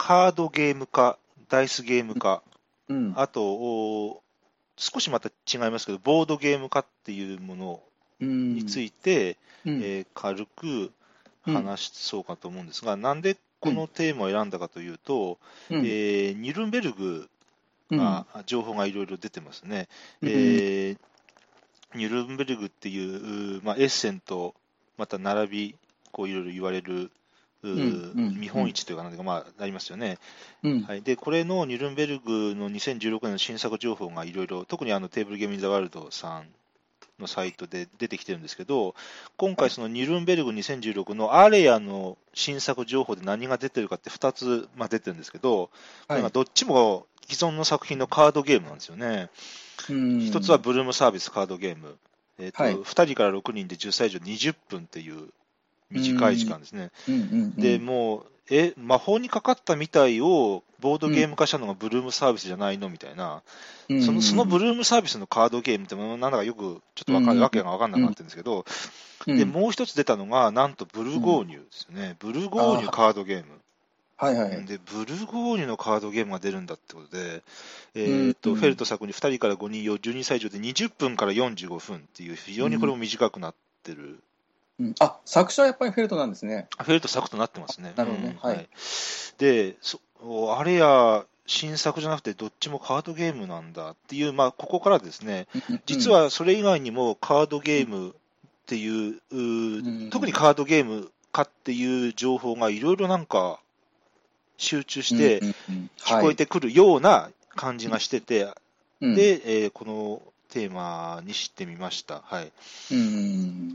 カードゲーム化、ダイスゲーム化、 うん。 あと、少しまた違いますけど、ボードゲーム化っていうものうにつん。 いて、 うん。 軽くうん。 話そうかと思うんですが、なんでうん。 このテーマを選んだかというと、 うん。 ニュルンベルグうん。 情報がいろいろ出てますね。 うん。 ニュルンベルグっていう、エッセンとまた並び、こういろいろ言われるうん。うん。 見うん。 本市というかなんか、なりますよね。 うん。 はい、で、これのニュルンベルグの2016年の新作情報がいろいろ、特にテーブルゲームインザワールドさんのサイトで出てきてるんですけど、今回はい。 そのニュルンベルグ2016のアレアの新作情報で何が出てるかって2つ、出てるんですけど、こはい。 れがどっちも既存の作品のカードゲームなんですよね。 う一つはん。 ブルームサービスカードゲーム。 はい。 2人から6人で10歳以上20分っていうう短い時ん。 間ですね。 うん。うで、 ん。 もう、魔法にかかったみたいをボードうん。 ゲーム化したのがブルームサービスじゃないのみたいな、 うそのブん。 ルームサービスのカードゲームってものなんだかよくちょっとうん。 わけがわかんなくなってるんですけど、で、 うん。 もう一つ出たのが、なんとブルうん。 ゴーニュですね。ブルゴーああ、 ニュカードゲーム。 はいはいはい。 で、ブルゴーニュのカードゲームが出るんだってことで、 うん。うフェルん。 ト作に2人から5人用、12歳以上で20分から45分っていう、非常にこれうん。 も短くなってる。 うん。あ、作者はやっぱりフェルトなんですね。 フェルト作となってますね。 なるほどね。はい。 はい。で、あれや新作じゃなくてどっちもカードゲームなんだっていう、ここからですね、 うん。うん。 実はそれ以外にもカードゲームっていう、 うん。 特にカードゲームかっていう情報がいろいろなんか集中しうん。 てうん。 聞はい。 こえてくるような感じがしてて、 うん。 で、このテーマにしてみました。はい。 うん。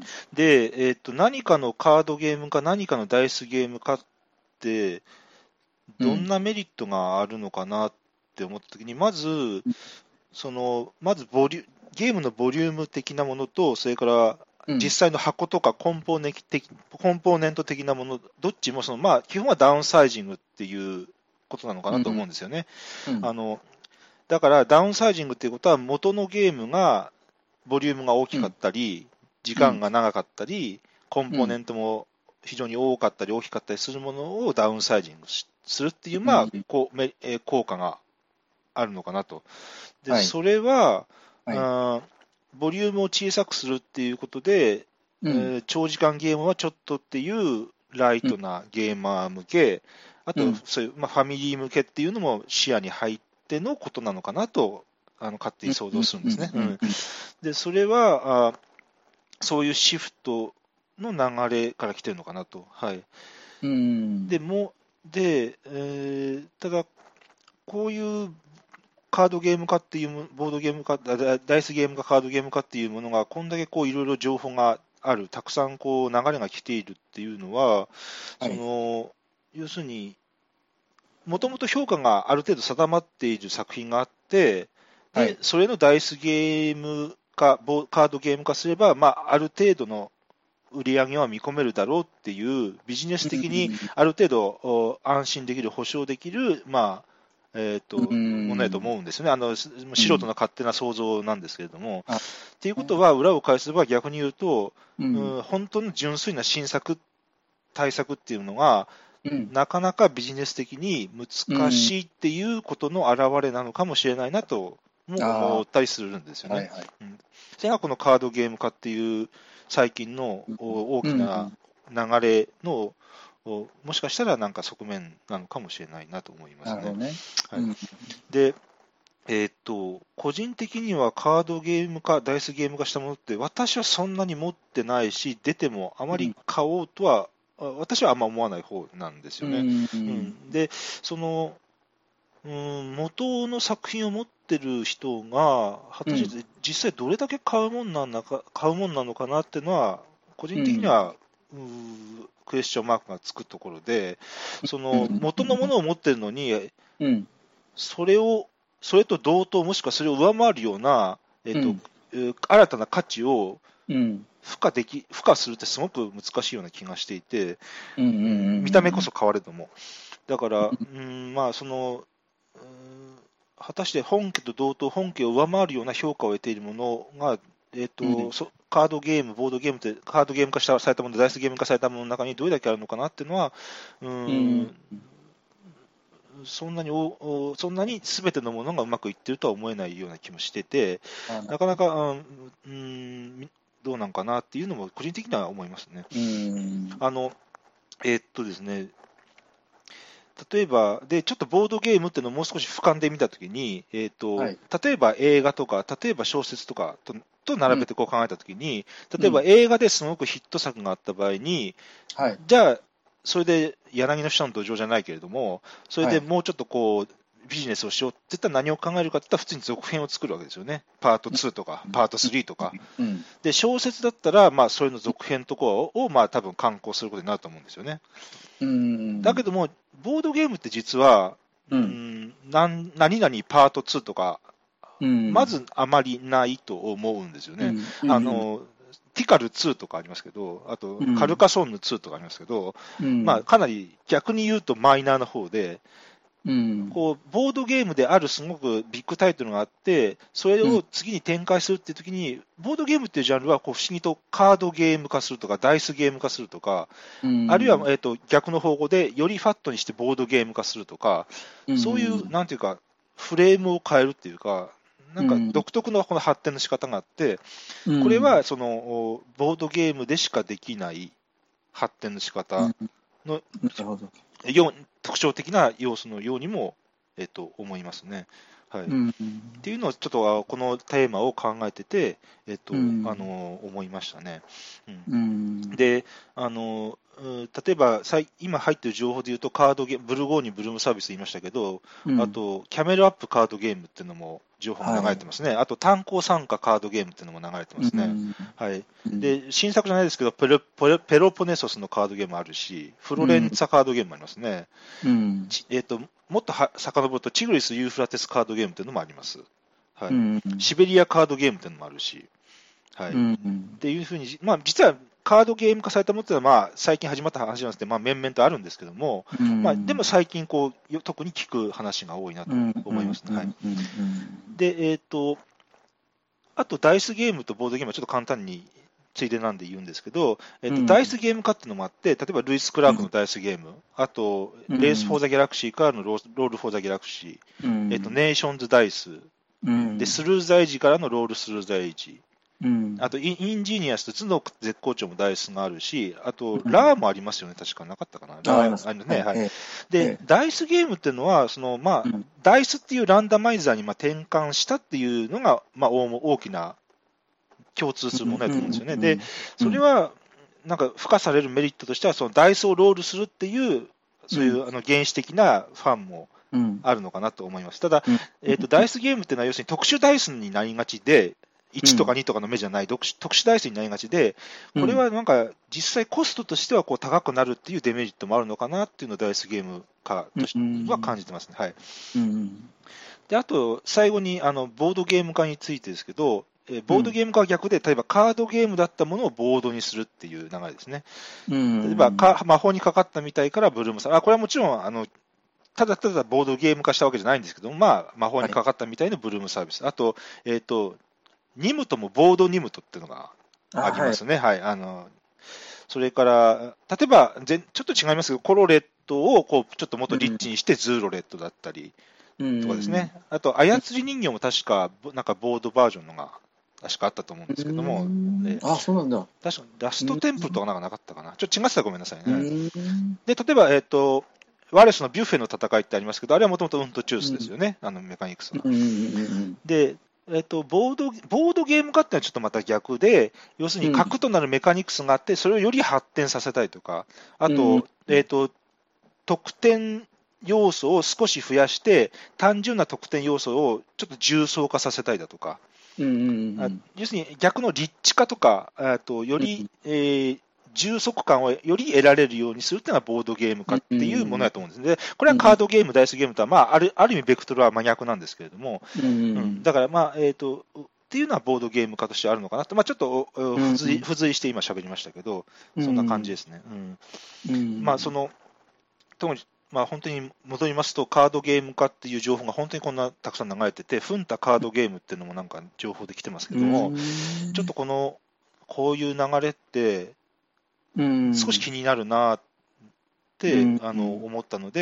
で、何かのカードゲームか何かのダイスゲームかってどんうん。 なメリットがあるのかなって思ったときに、まず、まずゲームのボリューム的なものと、それからうん。 実際の箱とかコンポーネント的なもの、どっちも基本はダウンサイジングっていうことなのかなと思うん。 うんですよね。 うん。 あのだからダウンサイジングっていうことは、元のゲームがボリュームが大きかっうん。 たり、時うん。 間が長かったり、コンポーネうん。 ントも非常に多かったり大きかったりするものをダウンサイジングするっていう、 うん。 効果があるのかなと。で、 はい。 それは、 はい。 ボリュームを小さくするっていうことで、 うん。 長時間ゲームはちょっとっていうライうん。 トなゲーマー向け、あと、 うん。 そういう、ファミリー向けっていうのも視野に入ってのことなのかなと、勝手うん。 に想像うん。 するんですね。 うん。 で、それは、そういうシフトの流れから来てるのかなと。はい。 うん。 でも、ただ、こういうカードゲーム化っていうボードゲーム化、ダイスゲーム化、カードゲーム化っていうものが、こんだけこういろいろ情報がある、たくさんこう流れが来ているっていうのは、 はい。 要するに、もともと評価がある程度定まっている作品があって、で、 はい。 それのダイスゲーム化、カードゲーム化すれば、ある程度の売り上げは見込めるだろうっていう、ビジネス的にある程度安心できる、保証できる、 うものだとん。 思うんですよね。素うん。 人の勝手な想像なんですけれども。 あ、 っていうことは、裏を返せば逆に言うと、 うん。 本当の純粋な新作、対策っていうのが、 うん。 なかなかビジネス的にうん。 難しいっていうことの表れなのかもしれないなとも思あったりするんですよあ、はね。 いはい。 うん、それがこのカードゲーム化っていう最近の大うん。 きな流れのもしかしたらなんか側面なのかもしれないなと思いますね。 なるほどね。 はい、 うん。 で、個人的にはカードゲーム化、ダイスゲーム化したものって私はそんなに持ってないし、出てもあまりうん。 買おうとは私はあんま思わない方なんですうよね。 ん。 で、その、元の作品を持ってる人が、果うん。 たして実際どれだけ買うもんなのかなっていうのは、個人的にうん。 は、クエスチョンマークがつくところで、その、 うん。 元のものを持ってるのに、 うん。 それを、それと同等、もしくはそれを上回るような、 うん。 新たな価値をうん。 付加するってすごく難しいような気がしていて、 うん。うん。 見た目こそ変われども。だから、果たして本家と同等、本家を上回るような評価を得ているものが、 うん。 カードゲーム、ボードゲームって、カードゲーム化されたもの、ダイスゲーム化されたものの中にどれだけあるのかなっていうのは、うーうん。 ん、 そんなに全てのものがうまくいってるとは思えないような気もしてて、なかなか、どうなんかなっていうのも個人的には思いますね。ですね、例えば、で、ちょっとボードゲームっていうのをもう少し俯瞰で見たときに、例えば映画とか、例えば小説とかと並べてこう考えたときに、例えば映画ですごくヒット作があった場合に、じゃあ、それで柳の下の土壌じゃないけれども、それでもうちょっとこう、ビジネスをしようって言ったら何を考えるかって言ったら普通に続編を作るわけですよね。パート2とか、パート3とか。で、小説だったら、まあ、それの続編とかを、まあ、多分刊行することになると思うんですよね。だけども、ボードゲームって実は、何々パート2とか、まずあまりないと思うんですよね。ティカル2とかありますけど、あとカルカソンヌ2とかありますけど、まあ、かなり逆に言うとマイナーな方で、こうボードゲームであるすごくビッグタイトルがあって、それを次に展開するっていうときに、ボードゲームっていうジャンルはこう不思議とカードゲーム化するとか、ダイスゲーム化するとか、あるいは、逆の方向でよりファットにしてボードゲーム化するとか、そういう、なんていうか、フレームを変えるっていうか、なんか独特のこの発展の仕方があって、これはそのボードゲームでしかできない発展の仕方の特徴的な要素のようにも、思いますね。はい。っていうのをちょっとこのテーマを考えてて、思いましたね。で、例えば今入っている情報でいうと、カードゲーム、ブルゴーニュブルームサービス言いましたけど、あと、キャメルアップカードゲームっていうのも情報が流れてますね。あと、炭鉱参加カードゲームっていうのも流れてますね。はい。で、新作じゃないですけど、ペロポネソスのカードゲームあるし、フロレンツァカードゲームもありますね。もっと遡ると、チグリス・ユーフラテスカードゲームっていうのもあります。はい。シベリアカードゲームっていうのもあるし、はい。っていうふうに、まあ、実はカードゲーム化されたものっていうのは、まあ、最近始まった話なんですけど、まあ、面々とあるんですけども、まあ、でも最近こう、特に聞く話が多いなと思いますね。はい。で、あと、ダイスゲームとボードゲームはちょっと簡単についでなんで言うんですけど、ダイスゲーム化っていうのもあって、例えばルイス・クラークのダイスゲーム、あと、レース・フォー・ザ・ギャラクシーからのロール・フォー・ザ・ギャラクシー、ネーションズ・ダイス、で、スルー・ザ・エイジからのロール・スルー・ザ・エイジ、あと、インジニアスと頭脳絶好調もダイスがあるし、あと、ラーもありますよね、確かなかったかな。 ありますね、はい。で、ダイスゲームっていうのは、まあ、ダイスっていうランダマイザーに転換したっていうのが、まあ、大きな共通するものだと思うんですよね。で、それは、なんか、付加されるメリットとしては、そのダイスをロールするっていう、そういう原始的なファンもあるのかなと思います。ただ、ダイスゲームっていうのは、要するに特殊ダイスになりがちで、1とか2とかの目じゃない特殊ダイスになりがちで、これはなんか実際コストとしてはこう高くなるっていうデメリットもあるのかなっていうのをダイスゲーム化としては感じてますね。はい。で、あと最後にボードゲーム化についてですけど、ボードゲーム化は逆で、例えばカードゲームだったものをボードにするっていう流れですね。例えば魔法にかかったみたいからブルームさん、これはもちろんただただボードゲーム化したわけじゃないんですけど、まあ、魔法にかかったみたいなブルームサービス。あと、ニムトもボードニムトっていうのがありますね。はい。それから、例えば、ちょっと違いますけど、コロレットをこうちょっともっとリッチにしてズーロレットだったりとかですね。あと、操り人形も確か、なんかボードバージョンのが確かあったと思うんですけども。 そうなんだ。 確かラストテンプルとかなんかなかったかな。ちょっと違ってたらごめんなさいね。で、例えば、ワレスのビュッフェの戦いってありますけど、あれはもともとウントチュースですよね。メカニクスの。で、ボードゲーム化ってのはちょっとまた逆で、要するに核となるメカニクスがあって、それをより発展させたいとか、あと、得点要素を少し増やして、単純な得点要素をちょっと重層化させたいだとか、要するに逆のリッチ化とか、より、充足感をより得られるようにするというのがボードゲーム化っていうものだと思うんですね。これはカードゲーム、ダイスゲームとは、まあ、ある意味、ベクトルは真逆なんですけれども、だから、まあ、っていうのはボードゲーム化としてあるのかなと、まあ、ちょっと付随して今喋りましたけど、そんな感じですね。まあ、特に、まあ、本当に戻りますと、カードゲーム化っていう情報が本当にこんなたくさん流れてて、フンタカードゲームっていうのもなんか情報で来てますけども、ちょっとこういう流れって、少し気になるなって思ったので、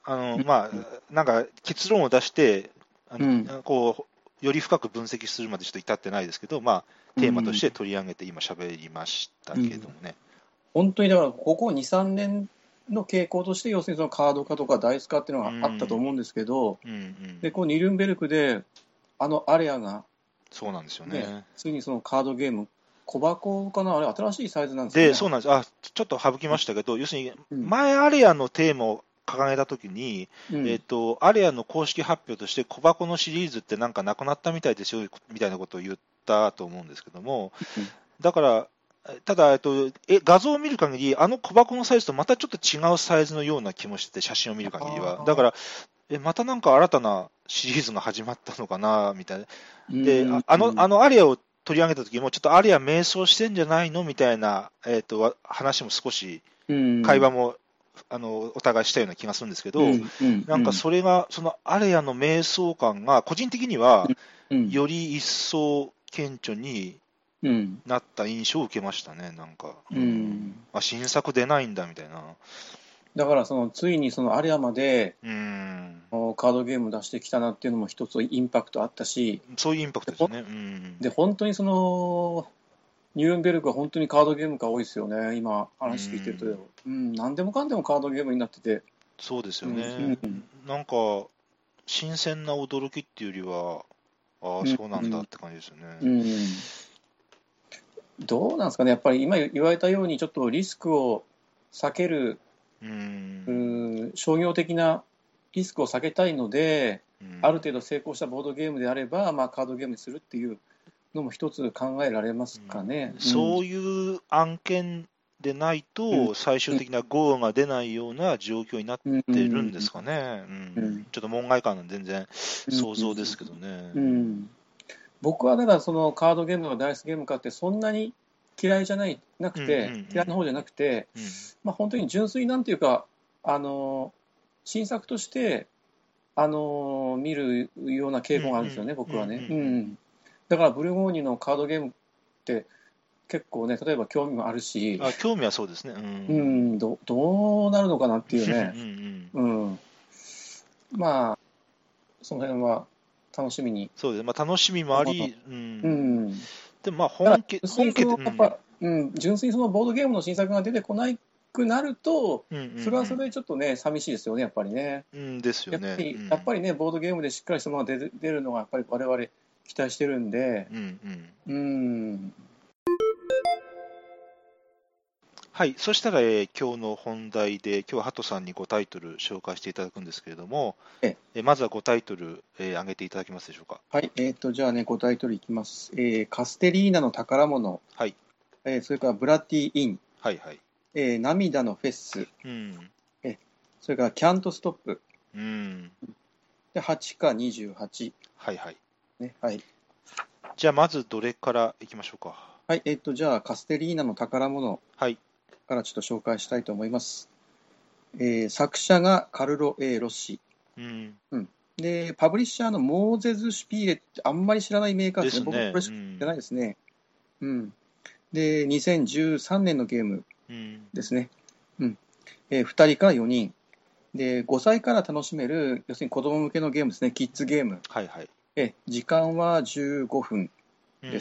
まあ、なんか結論を出して、 うん、 こう、より深く分析するまでちょっと至ってないですけど、まあ、テーマとして取り上げて今喋りましたけどもね。 本当にだから、ここ2、3年の傾向として、要するにそのカード化とかダイス化っていうのがあったと思うんですけど、でこうニルンベルクで、アレアが、 そうなんですよね、 ね。 ついにそのカードゲーム、小箱かな、あれ、新しいサイズなんですかで、 ね。 そうなんです。ちょっと省きましたけど、要するに、 うん、 前アレアのテーマを掲げたときに、 うん、 アレアの公式発表として小箱のシリーズってなんかなくなったみたいですよ、みたいなことを言ったと思うんですけども、だから、ただ、画像を見る限り、あの小箱のサイズとまたちょっと違うサイズのような気もしてて、写真を見る限りは。だから、またなんか新たなシリーズが始まったのかな、みたいな。で、あのアリアを取り上げた時も、ちょっとアリア迷走してんじゃないのみたいな、話も少し、会話も、お互いしたような気がするんですけど、なんかそれが、そのアレアの迷走感が、個人的には、より一層顕著になった印象を受けましたね、なんか。新作出ないんだ、みたいな。 だからついにそのアレアまでカードゲーム出してきたなっていうのも一つインパクトあったし、 そういうインパクトですね。 で本当にニューレンベルクは本当にカードゲームが多いですよね、今話聞いてると、何でもかんでもカードゲームになってて。 そうですよね。なんか、新鮮な驚きっていうよりは、そうなんだって感じですよね。 どうなんですかね、やっぱり今言われたように、ちょっとリスクを避ける、商業的なリスクを避けたいので、ある程度成功したボードゲームであれば、カードゲームにするっていうのも一つ考えられますかね。 そういう案件でないと、最終的なゴーが出ないような状況になってるんですかね。ちょっと門外漢の全然想像ですけどね。 僕はだからそのカードゲームとかダイスゲームかってそんなに嫌いじゃなくて、嫌いな方じゃなくて、本当に純粋なんていうか、新作として、見るような傾向があるんですよね、僕はね。だからブルゴーニュのカードゲームって結構ね、例えば興味もあるし、 興味はそうですね。 どうなるのかなっていうね。その辺は楽しみに。 そうですね。楽しみもあり、でも本家で、純粋にそのボードゲームの新作が出てこないくなると、それはそれでちょっとね、寂しいですよね、やっぱりね。 ですよね。 やっぱりね、ボードゲームでしっかりしたものが出るのが、やっぱり我々期待してるんで。 はい、そしたら、今日の本題で、今日はハトさんに5タイトル紹介していただくんですけれども、まずは5タイトル、挙げていただけますでしょうか。 はい、じゃあね、5タイトルいきます。カステリーナの宝物、 はい。 それからブラティイン、 はいはい。 涙のフェス、それからキャントストップ、で8か28。 はいはい。 はい。 じゃあ、まずどれからいきましょうか。 はい、じゃあ、カステリーナの宝物からちょっと紹介したいと思います。作者がカルロ・ロッシ。で、パブリッシャーのモーゼズ・シュピーレってあんまり知らないメーカーですね。僕これしか知らないですね。で、2013年のゲームですね。2人から4人。で、5歳から楽しめる、要するに子供向けのゲームですね。キッズゲーム。時間は15分です。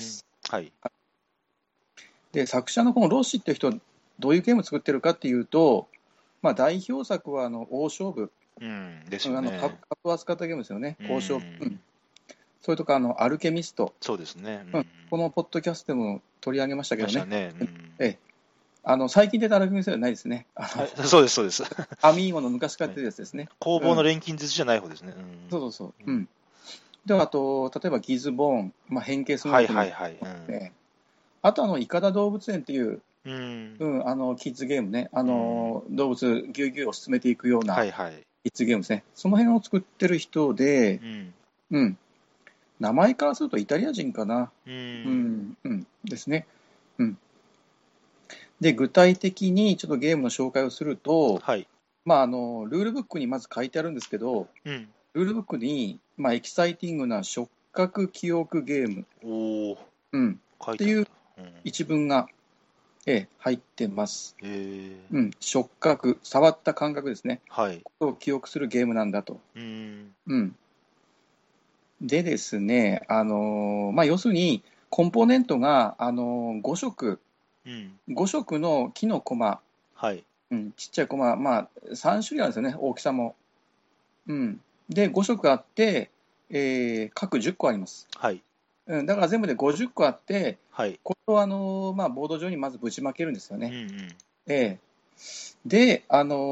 で、作者のこのロッシっていう人はどういうゲームを作ってるかっていうと、代表作は大勝負。 ですよね。 格を扱ったゲームですよね。大勝負。それとかアルケミスト。 そうですね。 このポッドキャストでも取り上げましたけどね。最近出たアルケミストではないですね。 そうです、そうです。 アミーゴの昔から出てるやつですね。 工房の錬金術じゃない方ですね。 そう。で、あと、例えばギズボーン、変形するのも。あとイカダ動物園っていう、キッズゲームね、動物ぎゅうぎゅうを進めていくようなキッズゲームですね。その辺を作ってる人で、名前からするとイタリア人かな。ですね。で、具体的にちょっとゲームの紹介をすると、ルールブックにまず書いてあるんですけど、ルールブックに、エキサイティングな触覚記憶ゲーム、っていう一文が入ってます。 へうん、触覚、触った感覚ですね。 はい。 を記憶するゲームなんだと。うん。でですね、要するに、コンポーネントが、5色、5色の木のコマ、 はい。 ちっちゃいコマ、3種類あるんですよね、大きさも。で、5色あって、各10個あります。 はい。 だから全部で50個あって、 はい。 これをボード上にまずぶちまけるんですよね。 えで、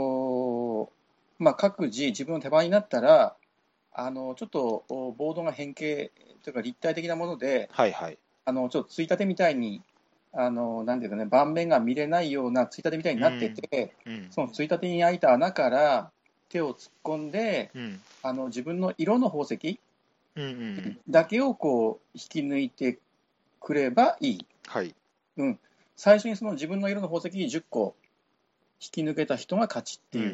各自、自分の手番になったら、ちょっとボードが変形というか立体的なもので、 はいはい。 ちょっとついたてみたいに、なんていうかね、盤面が見れないようなついたてみたいになってて、そのついたてに開いた穴から手を突っ込んで、自分の色の宝石だけをこう引き抜いてくればいい。 はい。 最初にその自分の色の宝石10個引き抜けた人が勝ちっていう。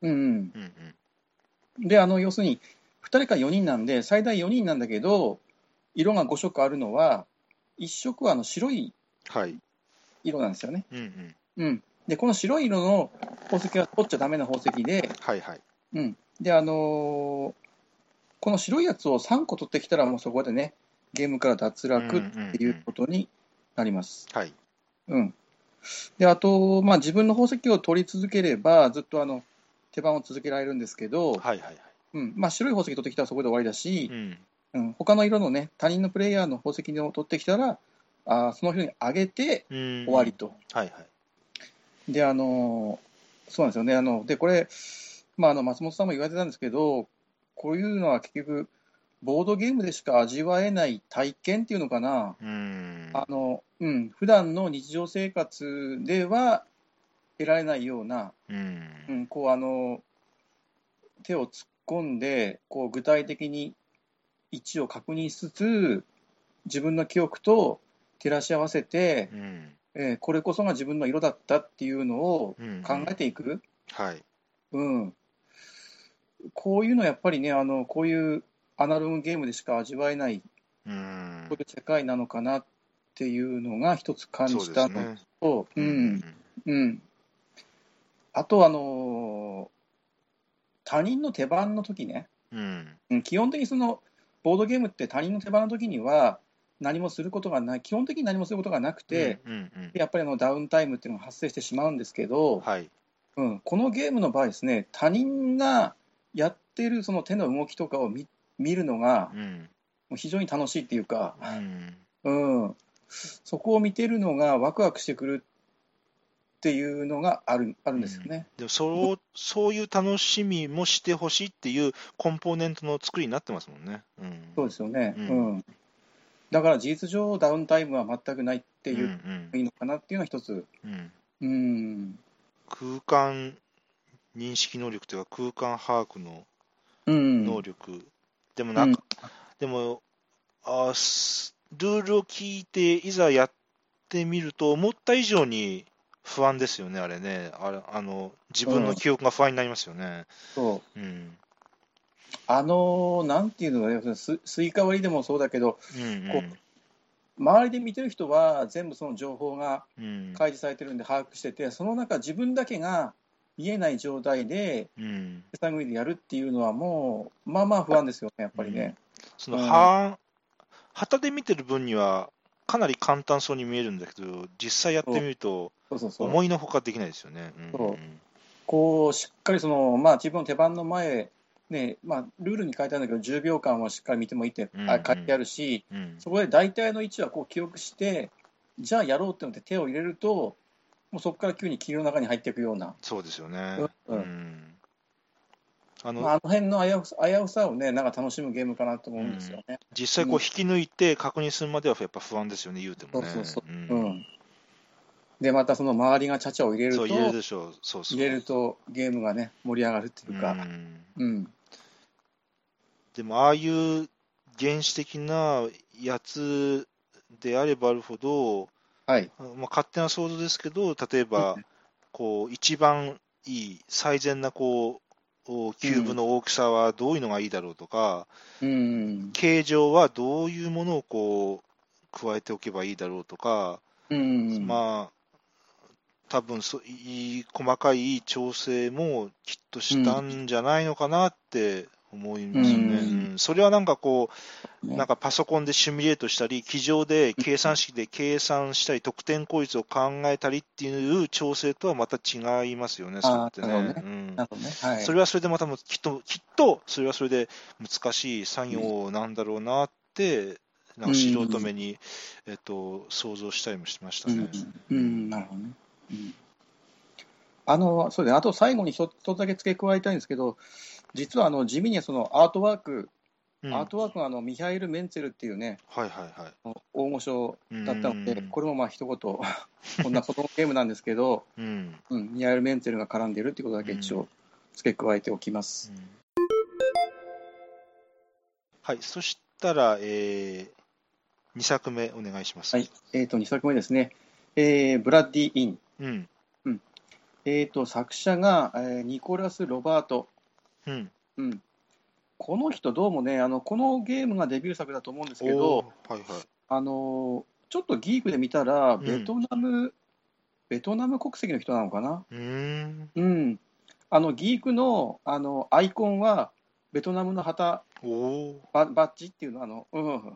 で、要するに、2人か4人なんで、最大4人なんだけど、色が5色あるのは、1色は白い色なんですよね。で、この白い色の宝石は取っちゃダメな宝石で、で、この白いやつを3個取ってきたら、もうそこでね、ゲームから脱落っていうことになります。で、あと、自分の宝石を取り続ければ、ずっと手番を続けられるんですけど、白い宝石取ってきたらそこで終わりだし、他の色のね、他人のプレイヤーの宝石を取ってきたら、その色に上げて終わりと。で、そうなんですよね。で、これ、松本さんも言われてたんですけど、こういうのは結局、ボードゲームでしか味わえない体験っていうのかな。普段の日常生活では得られないような、手を突っ込んで、具体的に位置を確認しつつ、自分の記憶と照らし合わせて、これこそが自分の色だったっていうのを考えていく。こういうのはやっぱりね、こういうアナログゲームでしか味わえない、こういう世界なのかなっていうのが一つ感じたのと、あと、他人の手番の時ね、基本的にそのボードゲームって他人の手番の時には何もすることがない、基本的に何もすることがなくて、やっぱりダウンタイムっていうのが発生してしまうんですけど、このゲームの場合ですね、他人がやってるその手の動きとかを見るのが非常に楽しいっていうか、そこを見てるのがワクワクしてくるっていうのがあるんですよね。 でもそういう楽しみもしてほしいっていうコンポーネントの作りになってますもんね。 そうですよね。だから事実上ダウンタイムは全くないっていういいのかなっていうのは一つ。 空間認識能力というか空間把握の能力、でもルールを聞いていざやってみると思った以上に不安ですよね、あれね。自分の記憶が不安になりますよね。 なんていうのかね、スイカ割りでもそうだけど、周りで見てる人は全部その情報が開示されてるんで把握してて、その中自分だけが見えない状態で手探りでやるっていうのはもうまあ不安ですよね、やっぱりね。 旗で見てる分にはかなり簡単そうに見えるんだけど、実際やってみると思いのほかできないですよね。 しっかり自分の手番の前ね、ルールに書いてあるんだけど、10秒間はしっかり見てもいいって書いてあるし、そこで大体の位置は記憶して、じゃあやろうって思って手を入れると、もうそこから急に霧の中に入っていくような。 そうですよね。 あの辺の危うさをね、なんか楽しむゲームかなと思うんですよね。 実際引き抜いて確認するまではやっぱ不安ですよね、言うてもね。 で、またその周りがチャチャを入れると、 入れるとゲームがね、盛り上がるっていうか。 でも、ああいう原始的なやつであればあるほど、勝手な想像ですけど、例えば、一番いい、最善なキューブの大きさはどういうのがいいだろうとか、形状はどういうものを加えておけばいいだろうとか、 多分細かい調整もきっとしたんじゃないのかなって思いますね。それはなんかこう、なんかパソコンでシミュレートしたり、机上で計算式で計算したり、得点効率を考えたりっていう調整とはまた違いますよね、それってね。それはそれでまたきっとそれはそれで難しい作業なんだろうなって、なんか素人目に、想像したりもしましたね。 なるほどね。そうですね、あと最後に一つだけ付け加えたいんですけど、実は地味にそのアートワークがミハイル・メンツェルっていうね、大御所だったので、これもまあ一言、こんな子供ゲームなんですけど、ミハイル・メンツェルが絡んでいるっていうことだけ一応付け加えておきます。 はい、そしたら、2作目お願いします。 はい、2作目ですね、ブラッディ・イン。作者が、ニコラス・ロバート。この人、どうもね、このゲームがデビュー作だと思うんですけど、ちょっとギークで見たら、ベトナム国籍の人なのかな。ギークの、アイコンは、ベトナムの旗、バッジっていうのは、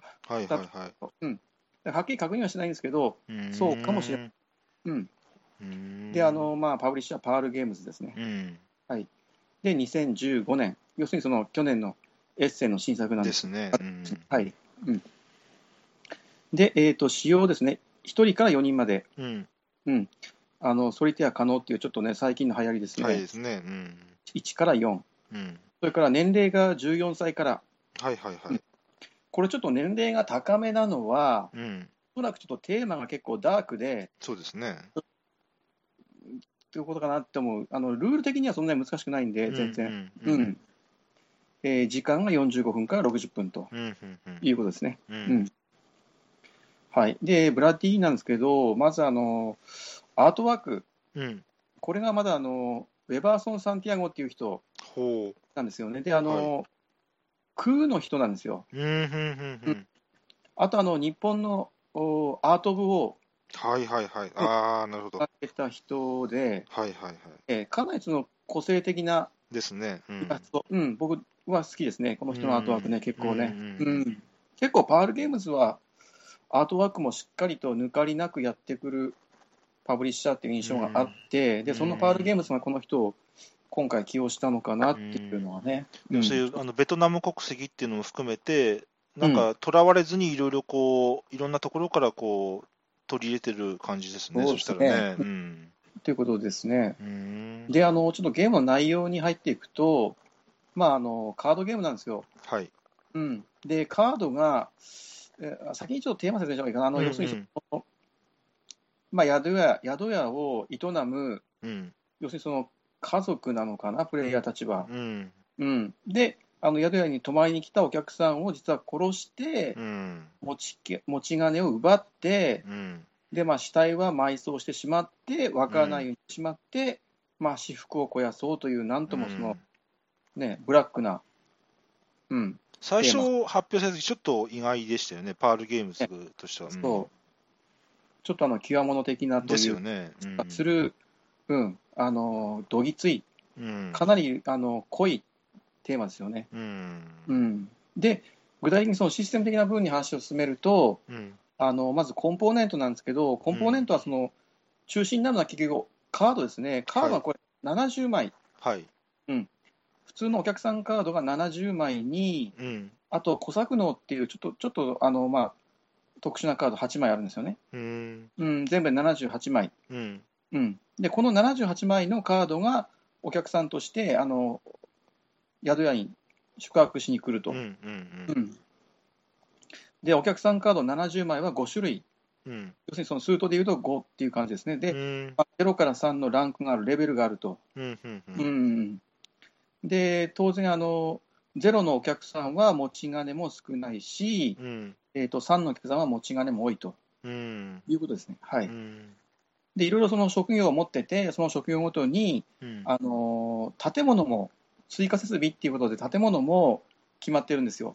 はっきり確認はしないんですけど、そうかもしれない。で、まあ、パブリッシャー、パールゲームズですね。で、2015年、要するにその去年のエッセイの新作なんですね。で、使用ですね、1人から4人まで、ソリティア可能っていう、ちょっとね、最近の流行りですね。1から4、それから年齢が14歳から、これちょっと年齢が高めなのは、おそらくちょっとテーマが結構ダークで、 そうですね。 ということかなって思う。ルール的にはそんなに難しくないんで、全然。時間が45分から60分ということですね。はい。で、ブラッディなんですけど、まずアートワーク。これがまだウェバーソン・サンティアゴっていう人なんですよね。で、クーの人なんですよ。あと日本のアート部をなるほど。 げた人で、かなりその個性的なですね。 僕は好きですね。この人のアートワークね、結構ね。結構パールゲームズはアートワークもしっかりと抜かりなくやってくるパブリッシャーっていう印象があって、でそのパールゲームズがこの人を今回起用したのかなっていうのはね。 そういうベトナム国籍っていうのも含めて、なんかとらわれずにいろいろこういろんなところからこう取り入れてる感じですね。そしたらね。 ということですね。で、ちょっとゲームの内容に入っていくと、まあカードゲームなんですよ。で、カードが、先にちょっとテーマ説明した方がいいかな。要するにまあ、宿屋を営む、要するにその家族なのかな、プレイヤーたちは。で、宿屋に泊まりに来たお客さんを実は殺して、持ち金を奪って、で、まあ、死体は埋葬してしまって、分からないようにしてしまって、まあ、私腹を肥やそうという、なんともその、ブラックな、 最初発表された時ちょっと意外でしたよね、パールゲームズとしては。 ちょっと極物的なというかする、どぎつい、かなり濃いテーマですよね。で、具体的にそのシステム的な部分に話を進めると、まずコンポーネントなんですけど、コンポーネントはその中心になるのは結局カードですね。カードはこれ70枚。普通のお客さんカードが70枚に、あと小作能っていうちょっとまあ、特殊なカード8枚あるんですよね。全部で78枚。で、この78枚のカードがお客さんとして宿屋に宿泊しに来ると。で、お客さんカード70枚は5種類。要するにそのスートでいうと5っていう感じですね。で、0から3のランクがある、レベルがあると。で、当然0のお客さんは持ち金も少ないし、3のお客さんは持ち金も多いということですね。で、いろいろその職業を持ってて、その職業ごとに、建物も追加設備っていうことで建物も決まってるんですよ。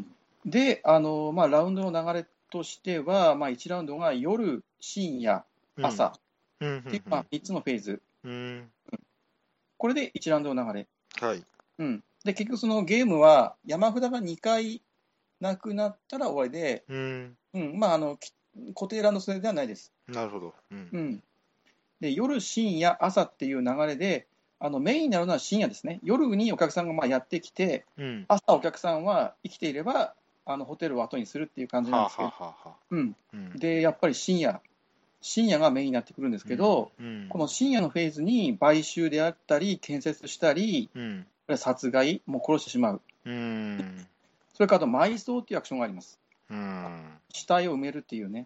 で、まあ、ラウンドの流れとしては、まあ、1ラウンドが夜、深夜、 朝っていう、3つのフェーズ。これで1ラウンドの流れ。 はい。 で、結局そのゲームは山札が2回なくなったら終わりで、固定ラウンド制ではないです。 なるほど。 で、夜、深夜、朝っていう流れで、メインになるのは深夜ですね。夜にお客さんがやってきて、朝お客さんは生きていれば、ホテルを後にするっていう感じなんですけど、で、やっぱり深夜がメインになってくるんですけど、この深夜のフェーズに買収であったり、建設したり、殺害、もう殺してしまう。それからあと埋葬っていうアクションがあります。死体を埋めるっていうね。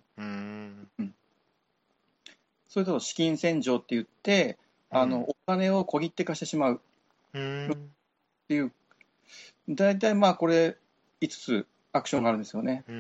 それと資金洗浄って言って、お金を小切手化してしまうっていう、大体これ5つアクションがあるんですよね。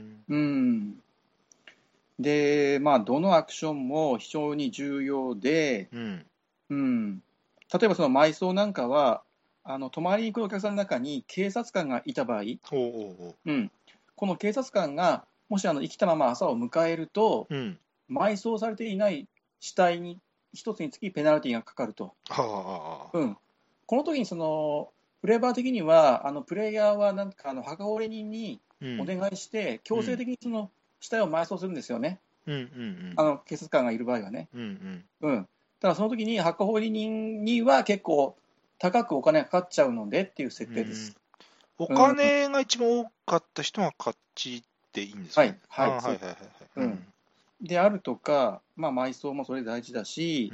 で、どのアクションも非常に重要で、例えばその埋葬なんかは、泊まりに来るお客さんの中に警察官がいた場合、この警察官がもし生きたまま朝を迎えると、埋葬されていない死体に一つにつきペナルティがかかると。この時にそのフレーバー的にはプレイヤーはなんか墓掘り人にお願いして強制的にその死体を埋葬するんですよね。警察官がいる場合はね。ただその時に墓掘り人には結構高くお金がかかっちゃうのでっていう設定です。 お金が一番多かった人が勝ちでいいんですか？ であるとか、埋葬もそれ大事だし、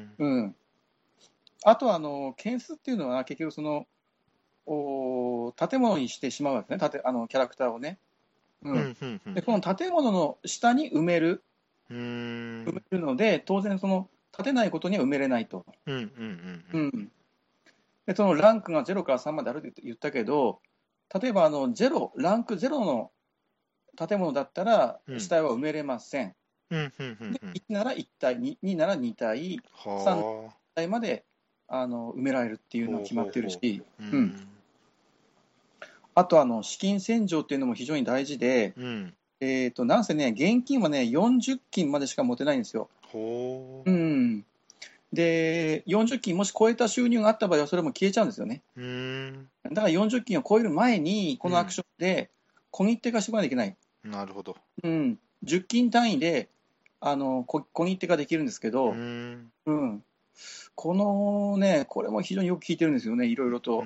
あとは建設っていうのは結局その建物にしてしまうわけね、キャラクターをね。でこの建物の下に埋めるので、当然その建てないことには埋めれないと。でそのランクが0から3まであるって言ったけど、例えばランク0の建物だったら死体は埋めれません。1なら1体、2なら2体、3体まで埋められるっていうのが決まってるし、あと資金洗浄っていうのも非常に大事で、なんせね、現金はね、40金までしか持てないんですよ。で、40金もし超えた収入があった場合は、それも消えちゃうんですよね。だから40金を超える前に、このアクションで小切手化しておかないといけない。 なるほど。 10金単位で小切手ができるんですけど、このね、これも非常によく聞いてるんですよね、いろいろと。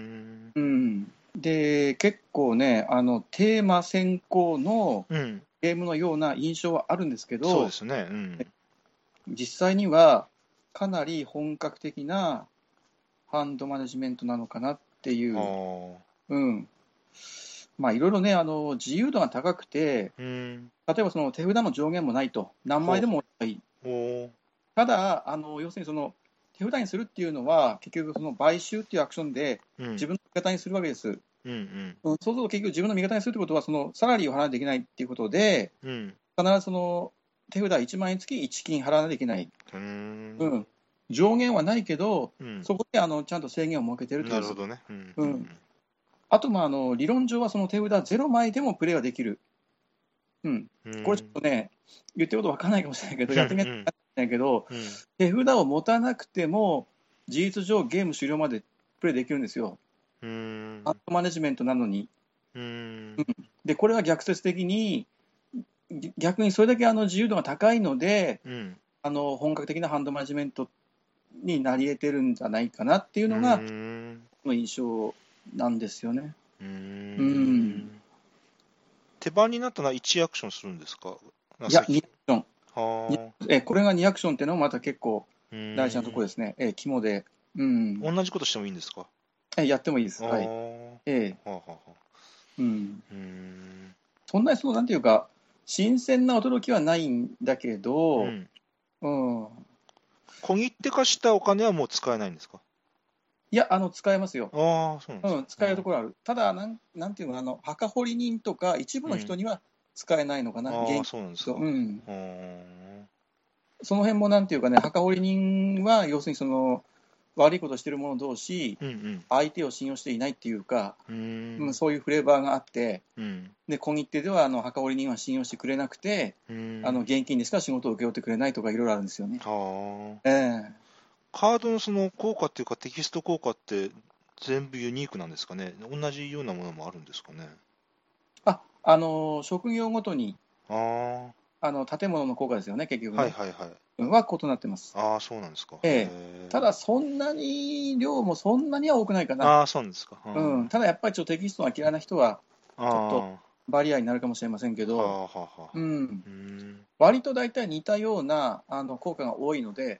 で、結構ね、テーマ先行のゲームのような印象はあるんですけど、 そうですね。 実際にはかなり本格的なハンドマネジメントなのかなっていう。いろいろね、自由度が高くて、例えばその手札の上限もないと、何枚でもいい。ただ、要するにその手札にするっていうのは、結局その買収っていうアクションで自分の味方にするわけです。そうすると結局自分の味方にするってことは、そのサラリーを払わないといけないっていうことで、必ずその手札1万円につき1金払わないといけない。上限はないけど、そこでちゃんと制限を設けてるという。 なるほどね。 あと理論上はその手札0枚でもプレイはできる。これちょっとね、言ってること分からないかもしれないけど、やってみないと分からないけど、手札を持たなくても、事実上ゲーム終了までプレイできるんですよ。ハンドマネジメントなのに。で、これは逆説的に、逆にそれだけ自由度が高いので、本格的なハンドマネジメントになり得てるんじゃないかなっていうのが、この印象なんですよね。 手番になったのは1アクションするんですか？ いや、2アクション。これが2アクションっていうのもまた結構大事なところですね。肝で。 同じことしてもいいんですか？ やってもいいです。そんなになんていうか、新鮮な驚きはないんだけど、 小切手化したお金はもう使えないんですか？ いや、使えますよ。 そうなんですか。 使えるところある。ただ、なんていうの、墓掘り人とか、一部の人には使えないのかな、 そうなんですか。 その辺もなんていうかね、墓掘り人は、要するに悪いことしてる者同士、相手を信用していないっていうか、そういうフレーバーがあって、で小切手では墓折り人は信用してくれなくて、現金でしか仕事を請け負ってくれないとかいろいろあるんですよね。 カードのその効果っていうかテキスト効果って全部ユニークなんですかね。同じようなものもあるんですかね。 職業ごとに建物の効果ですよね、結局ね。は異なってます。 そうなんですか。 ただ、そんなに量もそんなには多くないかな。 そうですか。 ただやっぱりテキストが嫌いな人は、ちょっとバリアになるかもしれませんけど、割と大体似たような効果が多いので、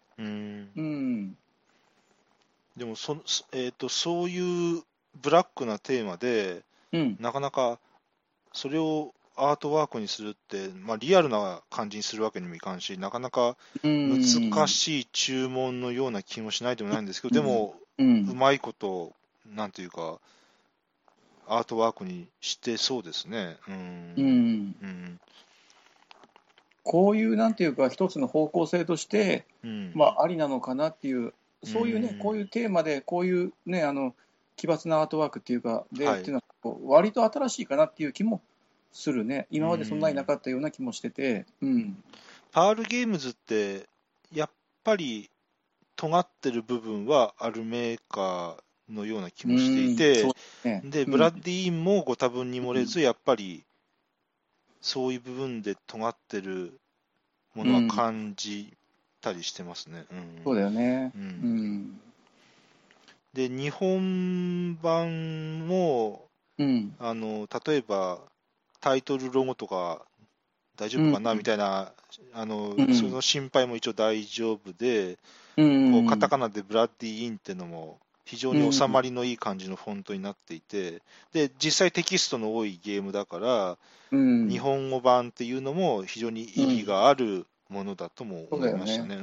でもそういうブラックなテーマで、なかなかそれをアートワークにするって、リアルな感じにするわけにもいかんし、なかなか難しい注文のような気もしないでもないんですけど、でも、うまいこと、なんていうか、アートワークにしてそうですね。 こういうなんていうか、一つの方向性として、ありなのかなっていう、そういうね、こういうテーマで、こういうね、奇抜なアートワークっていうか、っていうのは、割と新しいかなっていう気もするね。今までそんなになかったような気もしてて。 パールゲームズって、やっぱり尖ってる部分はあるメーカーのような気もしていて、でブラッディーンもご多分に漏れず、やっぱりそういう部分で尖ってるものは感じたりしてますね。 そうだよね。 で、日本版も、例えばタイトルロゴとか大丈夫かなみたいな、その心配も一応大丈夫で、こうカタカナでブラッディーインっていうのも非常に収まりのいい感じのフォントになっていて、で実際テキストの多いゲームだから、日本語版っていうのも非常に意義があるものだとも思いましたね。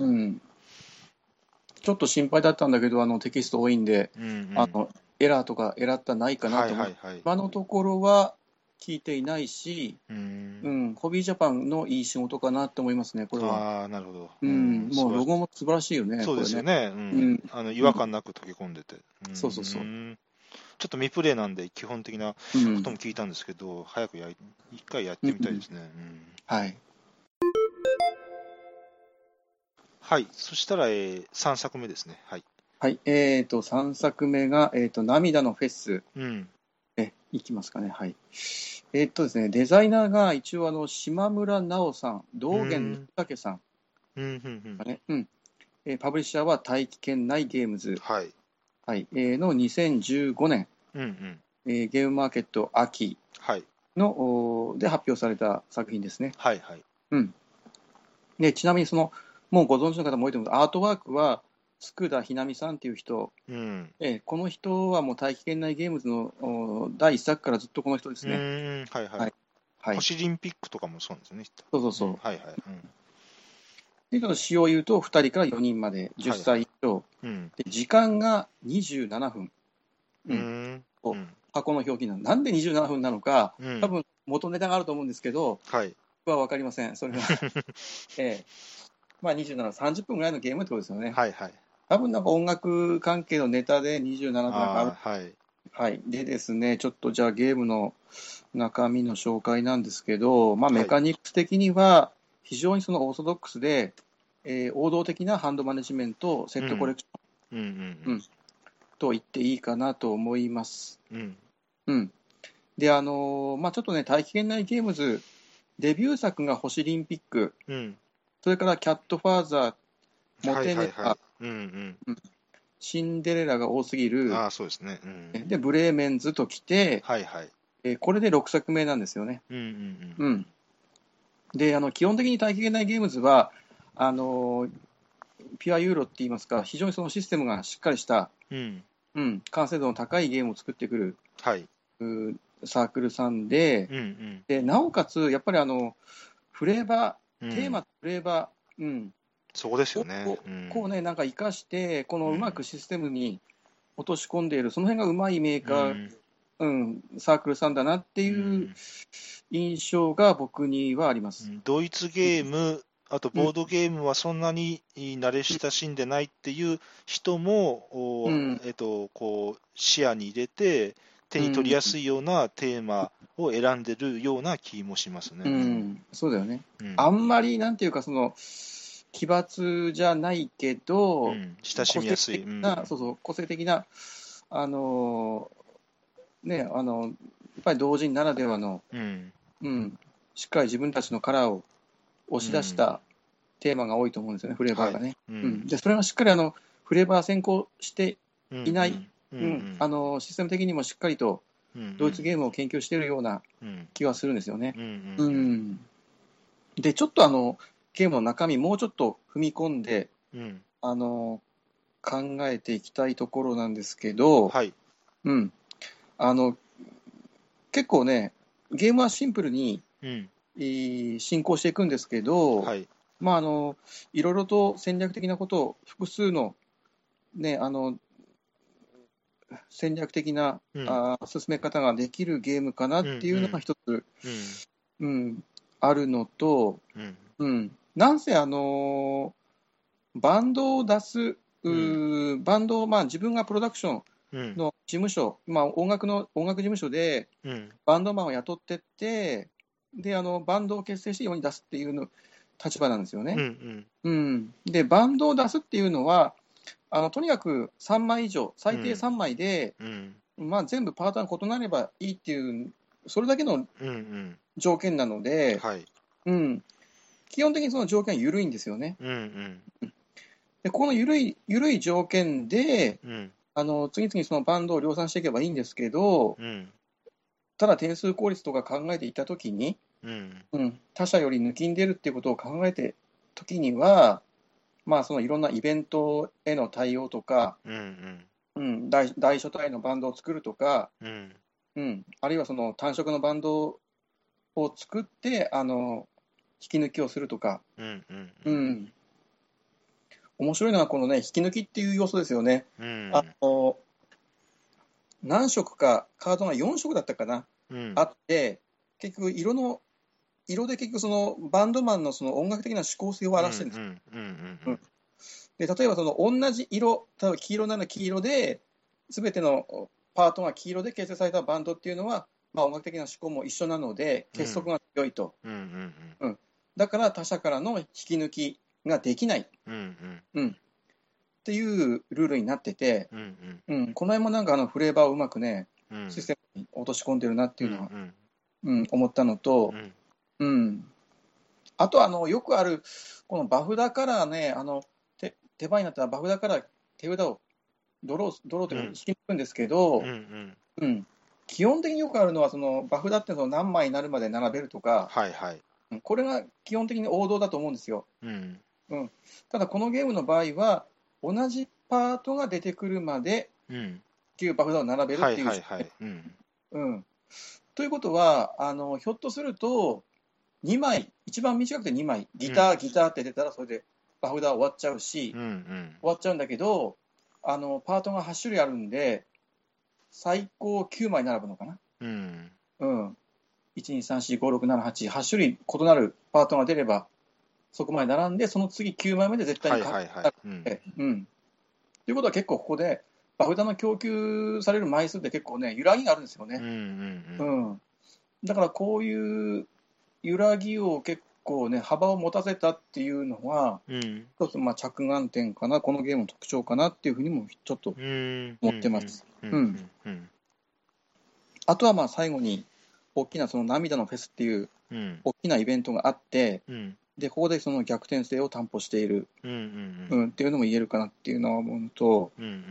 ちょっと心配だったんだけど、テキスト多いんで、エラーとかエラッタないかなと思って、今のところは聞いていないし、ホビージャパンのいい仕事かなと思いますね、これは。 なるほど。 もうロゴも素晴らしいよね。 そうですよね。違和感なく溶け込んでて。 そうそうそう。 ちょっと未プレイなんで、基本的なことも聞いたんですけど、早く一回やってみたいですね。 はい。 はい、そしたら、3作目ですね。はい。 はい、3作目が、涙のフェス。いきますかね。はい。ですね、デザイナーが一応、島村直さん、道元武さん。パブリッシャーは大気圏内ゲームズ。の2015年、ゲームマーケット秋の、で発表された作品ですね。でちなみにもうご存知の方も多いと思います。アートワークは佃ひなみさんっていう人、この人はもう大気圏内ゲームズの第1作からずっとこの人ですね。 星リンピックとかもそうですね。 そう。でちょっと詩を言うと2人から4人まで10歳以上、で時間が27分、箱の表記なんで27分なのか、多分元ネタがあると思うんですけど、僕は分かりません、それは。27、30分ぐらいのゲームってことですよね。多分なんか音楽関係のネタで27分なんかある。でですね、ちょっとじゃあゲームの中身の紹介なんですけど、メカニクス的には非常にオーソドックスで、王道的なハンドマネジメント、セットコレクション、と言っていいかなと思います。で、ちょっとね、大気圏内ゲームズ、デビュー作が星リンピック、それからキャットファーザー、モテネタ、シンデレラが多すぎる、でブレーメンズときて、これで6作目なんですよね。で基本的に大気圏内ゲームズはピュアユーロって言いますか、非常にそのシステムがしっかりした、完成度の高いゲームを作ってくる、サークルさんで、でなおかつやっぱりフレーバー、テーマとフレーバー、 そうですよね。 こうね、なんか生かして、このうまくシステムに落とし込んでいる、その辺がうまいメーカー、サークルさんだなっていう印象が僕にはあります。 ドイツゲーム、 あとボードゲームはそんなに慣れ親しんでないっていう人も、こう視野に入れて、手に取りやすいようなテーマを選んでるような気もしますね。 そうだよね。あんまりなんていうか、奇抜じゃないけど、 親しみやすい。 個性的な、やっぱり同人ならではの、しっかり自分たちのカラーを押し出したテーマが多いと思うんですよね、フレーバーがね。でそれがしっかりフレーバー先行していない、システム的にもしっかりとドイツゲームを研究しているような気はするんですよね。で、ちょっとゲームの中身、もうちょっと踏み込んで、考えていきたいところなんですけど、結構ね、ゲームはシンプルに、進行していくんですけど、いろいろと戦略的なことを複数の、戦略的な、進め方ができるゲームかなっていうのが一つ、あるのと、なんせバンドを出す、バンドを、自分がプロダクションの事務所、音楽事務所でバンドマンを雇ってって、でバンドを結成して世に出すっていうの立場なんですよね。で、バンドを出すっていうのは、とにかく3枚以上、最低3枚で、全部パートが異なればいいっていう、それだけの条件なので、基本的にその条件は緩いんですよね。でこの緩い条件で、次々そのバンドを量産していけばいいんですけど、ただ点数効率とか考えていたときに、他社より抜きんでるっていうことを考えてときには、そのいろんなイベントへの対応とか、大所帯のバンドを作るとか、あるいはその単色のバンドを作って引き抜きをするとか、面白いのはこのね、引き抜きっていう要素ですよね。何色かカードが4色だったかな、あって、結局色で結局そのバンドマンのその音楽的な指向性を表してるんですで、例えばその同じ色、例えば黄色なら黄色で、すべてのパートが黄色で形成されたバンドっていうのは、音楽的な指向も一緒なので、結束が強いと。だから他社からの引き抜きができない。っていうルールになってて、この辺もなんかフレーバーをうまくね、システムに落とし込んでるなっていうのは、思ったのと、あとよくある、このバフ札からね、手番になったらバフ札から手札をドローというか引き抜くんですけど、基本的によくあるのは、そのバフ札ってその何枚になるまで並べるとか、これが基本的に王道だと思うんですよ。ただこのゲームの場合は、同じパートが出てくるまでっていうバフ札を並べるっていう。ということはひょっとすると、2枚、一番短くて2枚、ギターって出たら、それでバフ札終わっちゃうし、終わっちゃうんだけど、パートが8種類あるんで、最高9枚並ぶのかな。1、2、3、4、5、6、7、8、8種類異なるパートが出れば、そこまで並んで、その次9枚目で絶対に勝つ。ということは結構ここで、バフ札の供給される枚数って結構ね、揺らぎがあるんですよね。だからこういう揺らぎを結構ね、幅を持たせたっていうのは、一つ着眼点かな、このゲームの特徴かなっていうふうにもちょっと思ってます。あとは最後に、大きなその涙のフェスっていう大きなイベントがあって、でここでその逆転性を担保しているっていうのも言えるかなっていうのは思うのと、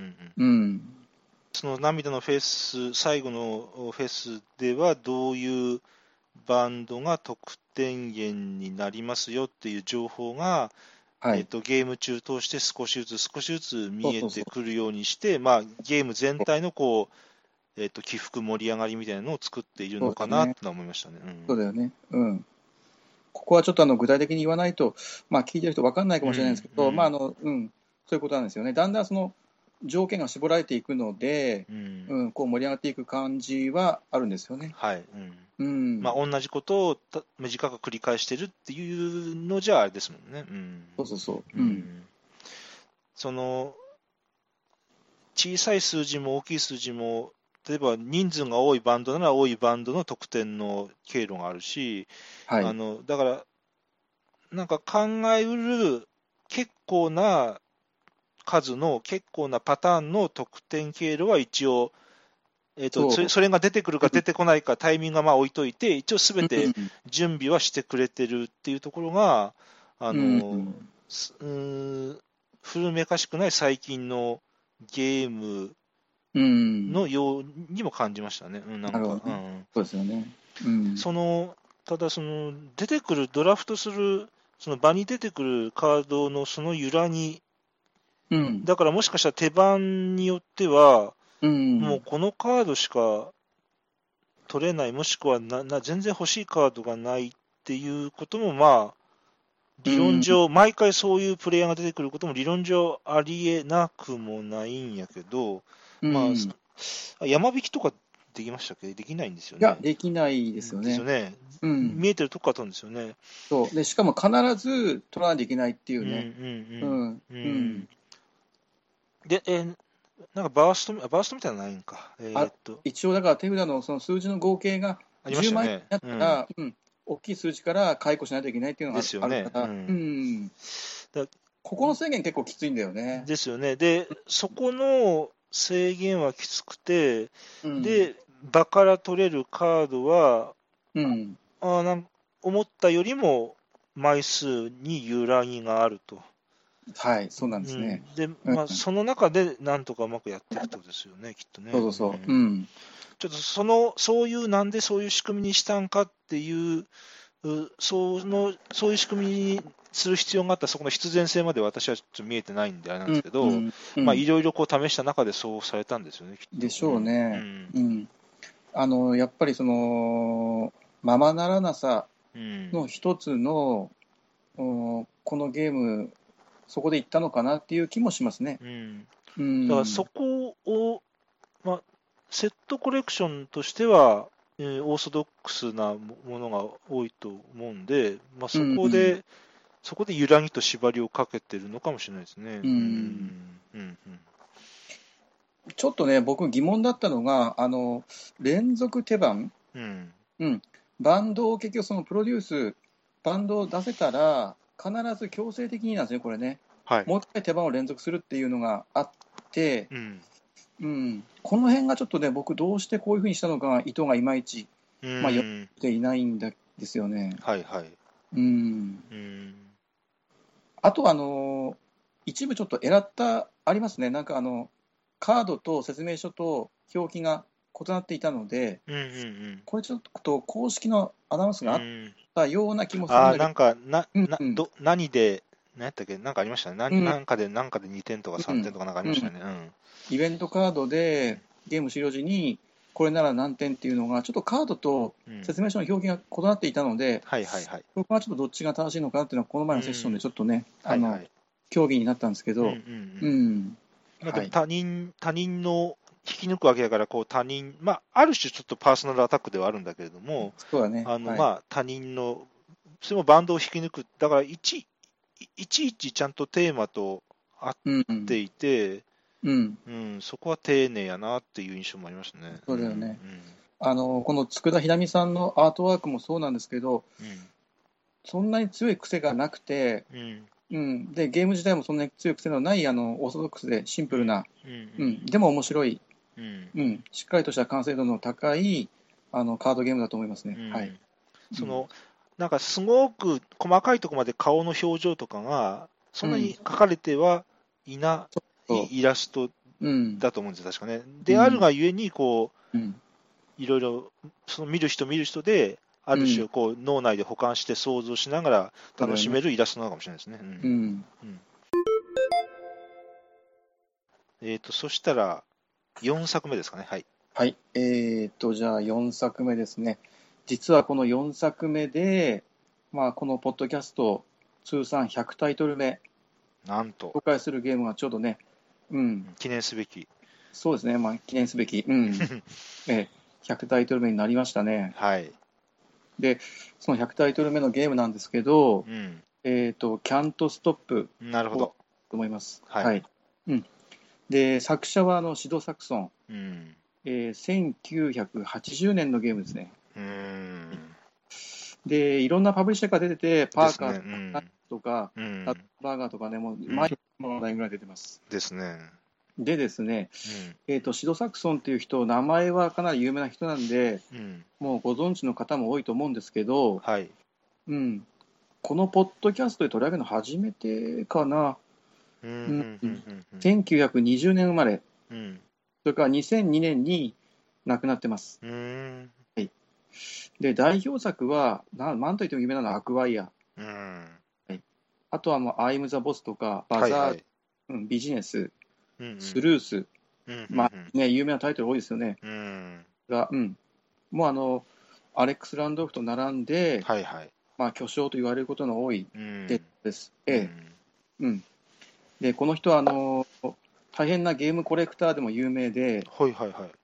その涙のフェス、最後のフェスではどういうバンドが得点源になりますよっていう情報が、ゲーム中通して少しずつ見えてくるようにして、ゲーム全体の起伏、盛り上がりみたいなのを作っているのかなって思いましたね。 そうだよね。ここはちょっと具体的に言わないと、聞いてる人分かんないかもしれないんですけど、そういうことなんですよね。だんだんその条件が絞られていくので、こう盛り上がっていく感じはあるんですよね。 同じことを短く繰り返してるっていうのじゃあれですもんね。 そう。 その小さい数字も大きい数字も、例えば人数が多いバンドなら多いバンドの得点の経路があるし、だからなんか考えうる結構な数の結構なパターンの得点経路は一応、それが出てくるか出てこないかタイミングは置いといて、一応すべて準備はしてくれてるっていうところが、古めかしくない最近のゲームのようにも感じましたね。 そうですよね。 ただ出てくる、ドラフトする、その場に出てくるカードのその揺らぎ、だからもしかしたら手番によっては、もうこのカードしか取れない、もしくは全然欲しいカードがないっていうことも、理論上、毎回そういうプレイヤーが出てくることも理論上ありえなくもないんやけど、山引きとかできましたっけ？できないんですよね。 いや、できないですよね。 ですよね。見えてるとこから取るんですよね。 そうで、しかも必ず取らないといけないっていうね。 で、なんかバーストみたいなのないんか。 一応、だから手札のその数字の合計が10枚になったら、大きい数字から解雇しないといけないっていうのがあるから、ここの制限結構きついんだよね。 ですよね。で、そこの制限はきつくて、で、場から取れるカードは、思ったよりも枚数に揺らぎがあると。 はい、そうなんですね。 で、その中でなんとかうまくやっていくとですよね、きっとね。 そう。 ちょっとそういう、なんでそういう仕組みにしたんかっていう、そういう仕組みにする必要があったそこの必然性まで私はちょっと見えてないんであれなんですけど、いろいろこう試した中でそうされたんですよね、きっと。 でしょうね。やっぱりままならなさの一つの、このゲーム、そこでいったのかなっていう気もしますね。 だからそこを、セットコレクションとしては、オーソドックスなものが多いと思うんで、そこで揺らぎと縛りをかけてるのかもしれないですね。 ちょっとね、僕疑問だったのが、連続手番、バンドを結局そのプロデュース、バンドを出せたら、必ず強制的になんですね、これね。もう一回手番を連続するっていうのがあって、この辺がちょっとね、僕どうしてこういうふうにしたのか、意図がいまいち、読っていないんですよね。あと一部ちょっとエラったありますね。なんかカードと説明書と表記が異なっていたので、これちょっと公式のアナウンスがあったような気もするんだけど。 なんか何で、何やったっけ、なんかありましたね。なんかで2点とか3点とかなんかありましたね。 イベントカードでゲーム終了時に、これなら何点っていうのが、ちょっとカードと説明書の表記が異なっていたので、ここはちょっとどっちが正しいのかなっていうのは、この前のセッションでちょっとね、協議になったんですけど、 他人の引き抜くわけだから、他人、ある種ちょっとパーソナルアタックではあるんだけれども、他人の、それもバンドを引き抜く、だからいちいちちゃんとテーマと合っていて、そこは丁寧やなっていう印象もありましたね。 そうだよね。この佃ひなみさんのアートワークもそうなんですけど、そんなに強い癖がなくて、でゲーム自体もそんなに強い癖のないオーソドックスでシンプルな、でも面白い、しっかりとした完成度の高いカードゲームだと思いますね。 なんかすごく細かいところまで顔の表情とかがそんなに描かれてはいないイラストだと思うんですよ、確かね。であるがゆえにいろいろ見る人である種脳内で保管して想像しながら楽しめるイラストなのかもしれないですね。そしたら4作目ですかね。はい。 はい。じゃあ4作目ですね。実はこの4作目で、このポッドキャスト通算100タイトル目、 なんと紹介するゲームがちょうどね、 記念すべき。 そうですね、記念すべき、100タイトル目になりましたね。 はい。 で、その100タイトル目のゲームなんですけど、 うん、 キャントストップなるほど。 と思います。 はい。 はい。うん。で、作者はシド・サクソン。 うん。 1980年のゲームですね。 うんで、いろんなパブリッシャーが出てて、パーカーとか、 ね、 ナッツとか、ラッバーガーとかね、もう毎日の話題ぐらい出てます。 ですね。 でですね、シド・サクソンっていう人、名前はかなり有名な人なんで、もうご存知の方も多いと思うんですけど、 はい。 うん、このポッドキャストで取り上げるの初めてかな。1920年生まれ、それから2002年に亡くなってます。はい、で、代表作は、なんといっても有名なのはアクワイア。はい、あとはもう、アイム・ザ・ボスとか、バザー、はいはい、ビジネス、スルース、まあね、有名なタイトル多いですよね。が、もうアレックス・ランドルフと並んで、 はいはい、 まあ、巨匠と言われることの多いです。で、この人は大変なゲームコレクターでも有名で、 はいはいはい、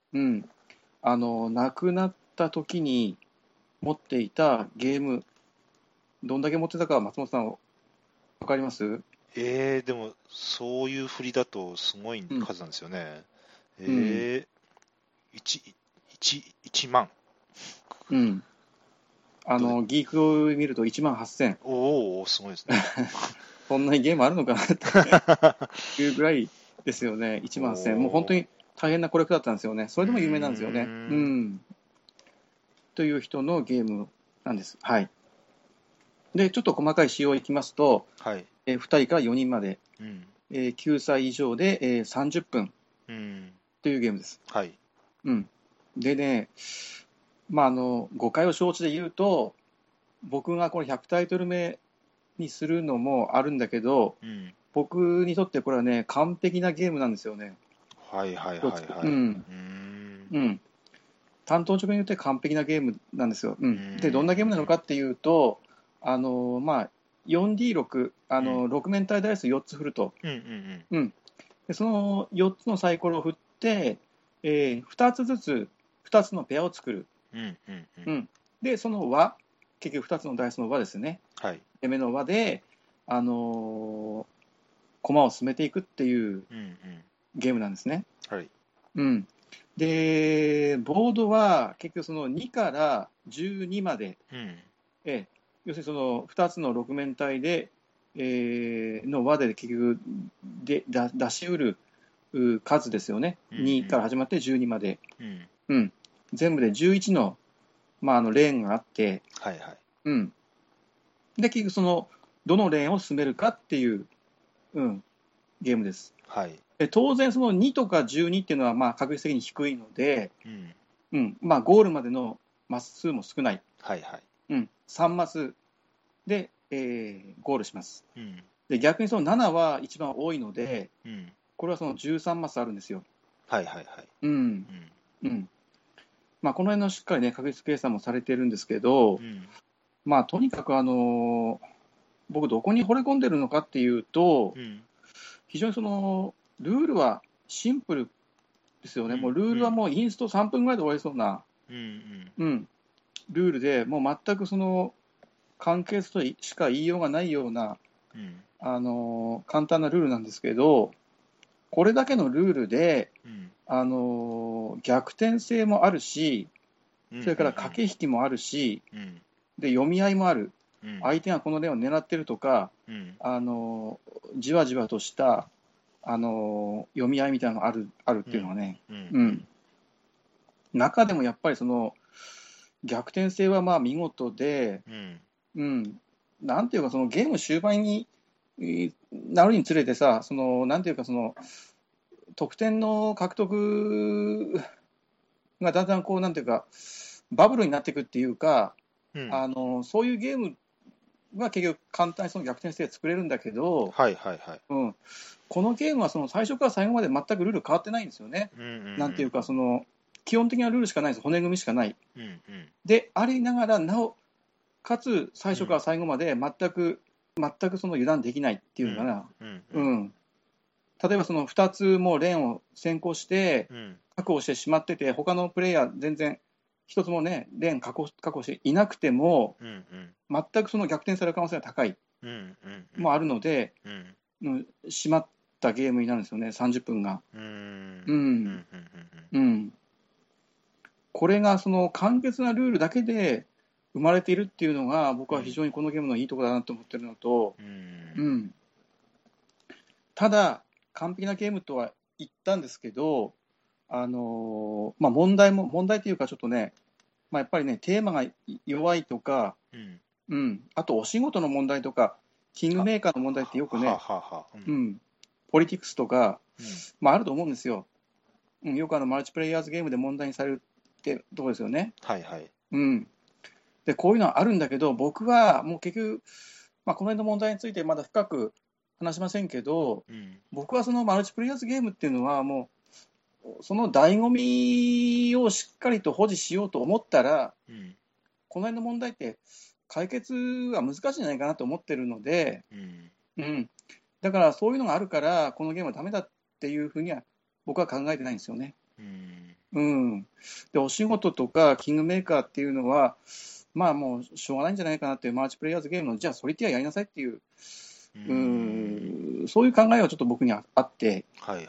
亡くなった時に持っていたゲーム、どんだけ持ってたか、松本さん、分かります？ でも、そういう振りだとすごい数なんですよね。1万。 ギークを見ると1万8000。 おお、すごいですね。 そんなにゲームあるのかなっていうぐらいですよね、1万8000。もう本当に大変なコレクターだったんですよね。それでも有名なんですよね。という人のゲームなんです。はい。で、ちょっと細かい仕様いきますと、 はい、 2人から4人まで、9歳以上で、30分というゲームです。 はい。 でね、まあ、誤解を承知で言うと、僕がこれ100タイトル目にするのもあるんだけど、僕にとってこれはね、完璧なゲームなんですよね。 はいはいはいはい。 担当直によって完璧なゲームなんですよ。で、どんなゲームなのかっていうと、まあ、4D6、6面体ダイス4つ振ると。でその4つのサイコロを振って、2つずつ2つのペアを作る。で、その輪、結局2つのダイスの輪ですね。攻めの輪で、駒を進めていくっていうゲームなんですね。で、ボードは結局その2から12まで、要するにその2つの6面体で、の輪で結局で出しうる数ですよね。2から始まって12まで。全部で11の、まあ、レーンがあって、で、結局その、どのレーンを進めるかっていう、ゲームです。当然、その2とか12っていうのは、まあ、確率的に低いので、まあ、ゴールまでのマス数も少ない。3マスで、ゴールします。で、逆にその7は一番多いので、これはその13マスあるんですよ。まあ、この辺のしっかりね、確率計算もされてるんですけど、まあ、とにかく僕どこに惚れ込んでるのかっていうと、非常にそのルールはシンプルですよね。もうルールはもうインスト3分ぐらいで終わりそうな、ルールで、もう全くその簡潔としか言いようがないような、簡単なルールなんですけど、これだけのルールで、逆転性もあるし、それから駆け引きもあるし、で読み合いもある。相手がこのレーンを狙ってるとか、じわじわとした読み合いみたいなのがあるっていうのはね、中でもやっぱりその逆転性はまあ見事で、なんていうか、そのゲーム終盤になるにつれてさ、そのなんていうか、その得点の獲得がだんだんこう、なんていうか、バブルになっていくっていうか、そういうゲームは結局簡単にその逆転性作れるんだけど、このゲームはその最初から最後まで全くルール変わってないんですよね。なんていうか、その基本的なルールしかないです。骨組みしかない。でありながら、なおかつ最初から最後まで全くその油断できないっていうのかな。例えばその2つもレーンを先行して確保してしまってて、他のプレイヤー全然一つもね、レーン確保していなくても、全くその逆転される可能性が高い、もあるので、締まったゲームになるんですよね、30分が。これがその簡潔なルールだけで生まれているっていうのが、僕は非常にこのゲームのいいところだなと思ってるのと、ただ、完璧なゲームとは言ったんですけど、問題というか、ちょっとね、やっぱりね、テーマが弱いとか、あとお仕事の問題とか、キングメーカーの問題ってよくね、ポリティクスとか、あると思うんですよ。よくマルチプレイヤーズゲームで問題にされるってところですよね。で、こういうのはあるんだけど、僕はもう結局、この辺の問題についてまだ深く話しませんけど、僕はそのマルチプレイヤーズゲームっていうのは、もう、その醍醐味をしっかりと保持しようと思ったら、この辺の問題って解決は難しいんじゃないかなと思ってるので、だからそういうのがあるから、このゲームはダメだっていうふうには僕は考えてないんですよね。で、お仕事とかキングメーカーっていうのは、もうしょうがないんじゃないかなっていう、マルチプレイヤーズゲームの、じゃあソリティアやりなさいっていう、そういう考えはちょっと僕にあって、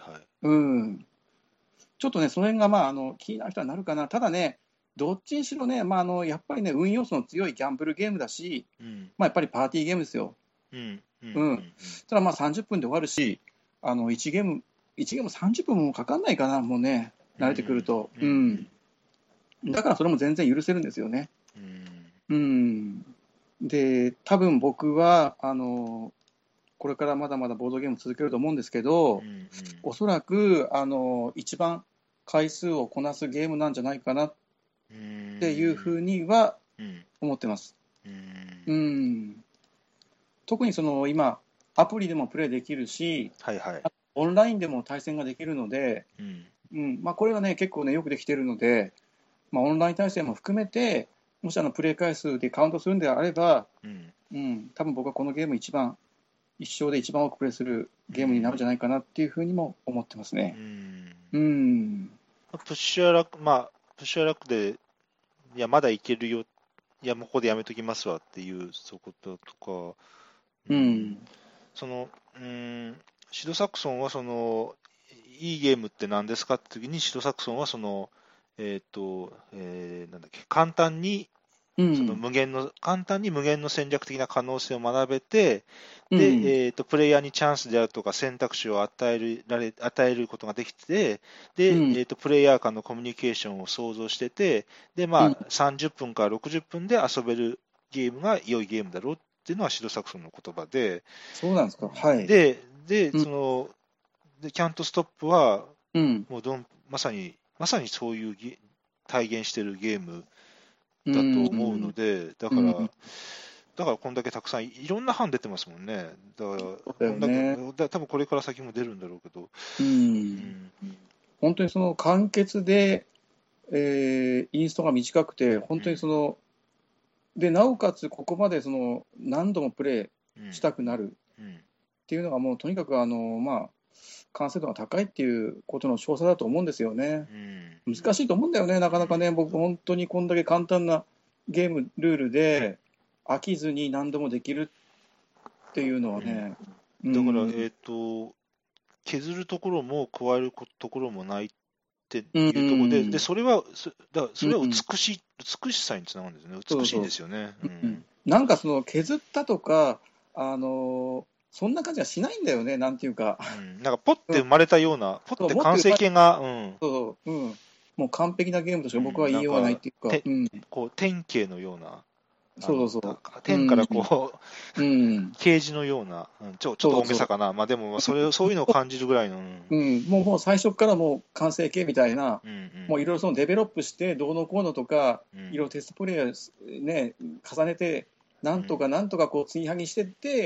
ちょっとね、その辺が気になる人はなるかな。ただね、どっちにしろね、やっぱりね、運要素の強いギャンブルゲームだし、やっぱりパーティーゲームですよ。ただ30分で終わるし、1ゲーム30分もかかんないかな、もうね、慣れてくると。だからそれも全然許せるんですよね。で、多分僕は、これからまだまだボードゲーム続けると思うんですけど、おそらく、一番回数をこなすゲームなんじゃないかなっていうふうには思ってます。特にその今、アプリでもプレイできるし、オンラインでも対戦ができるので、これがね、結構ね、よくできているので、オンライン対戦も含めて、もしプレイ回数でカウントするんであれば、多分僕はこのゲーム一生で一番多くプレイするゲームになるんじゃないかなっていうふうにも思ってますね。 プッシュアラックで、いや、まだいけるよ、いや、もうここでやめときますわっていう、そういうこととか、シド・サクソンはいいゲームって何ですかって時に、シド・サクソンはなんだっけ、簡単に無限の戦略的な可能性を学べて、で、プレイヤーにチャンスであるとか選択肢を与えることができて、で、プレイヤー間のコミュニケーションを想像してて、で、30分から60分で遊べるゲームが良いゲームだろうっていうのはシド・サクソンの言葉で、 そうなんですか。はい。 で、キャントストップは、もうまさにそういう体現しているゲームだと思うので、だからこんだけたくさんいろんな版出てますもんね。だから多分これから先も出るんだろうけど、 本当にその簡潔で、インストが短くて、本当にでなおかつここまで何度もプレイしたくなるっていうのがもうとにかく完成度が高いっていうことの証左だと思うんですよね。難しいと思うんだよね、なかなかね。僕本当にこんだけ簡単なゲームルールで飽きずに何度もできるっていうのはね。 だから削るところも加えるところもないっていうところで、それは美しさにつながるんですね。美しいんですよね。 なんか削ったとかそんな感じはしないんだよね、なんていうか。 なんかポッて生まれたような、ポッて完成形が、 もう完璧なゲームとして僕は言いようがないっていうか、 こう天形のような、 天からこう、ケージのような、ちょっと大げさかな、でもそういうのを感じるぐらいの。 もう最初からもう完成形みたいな、もういろいろデベロップして、どうのこうのとか、いろいろテストプレイね、重ねて、なんとかこう継ぎはぎしてって、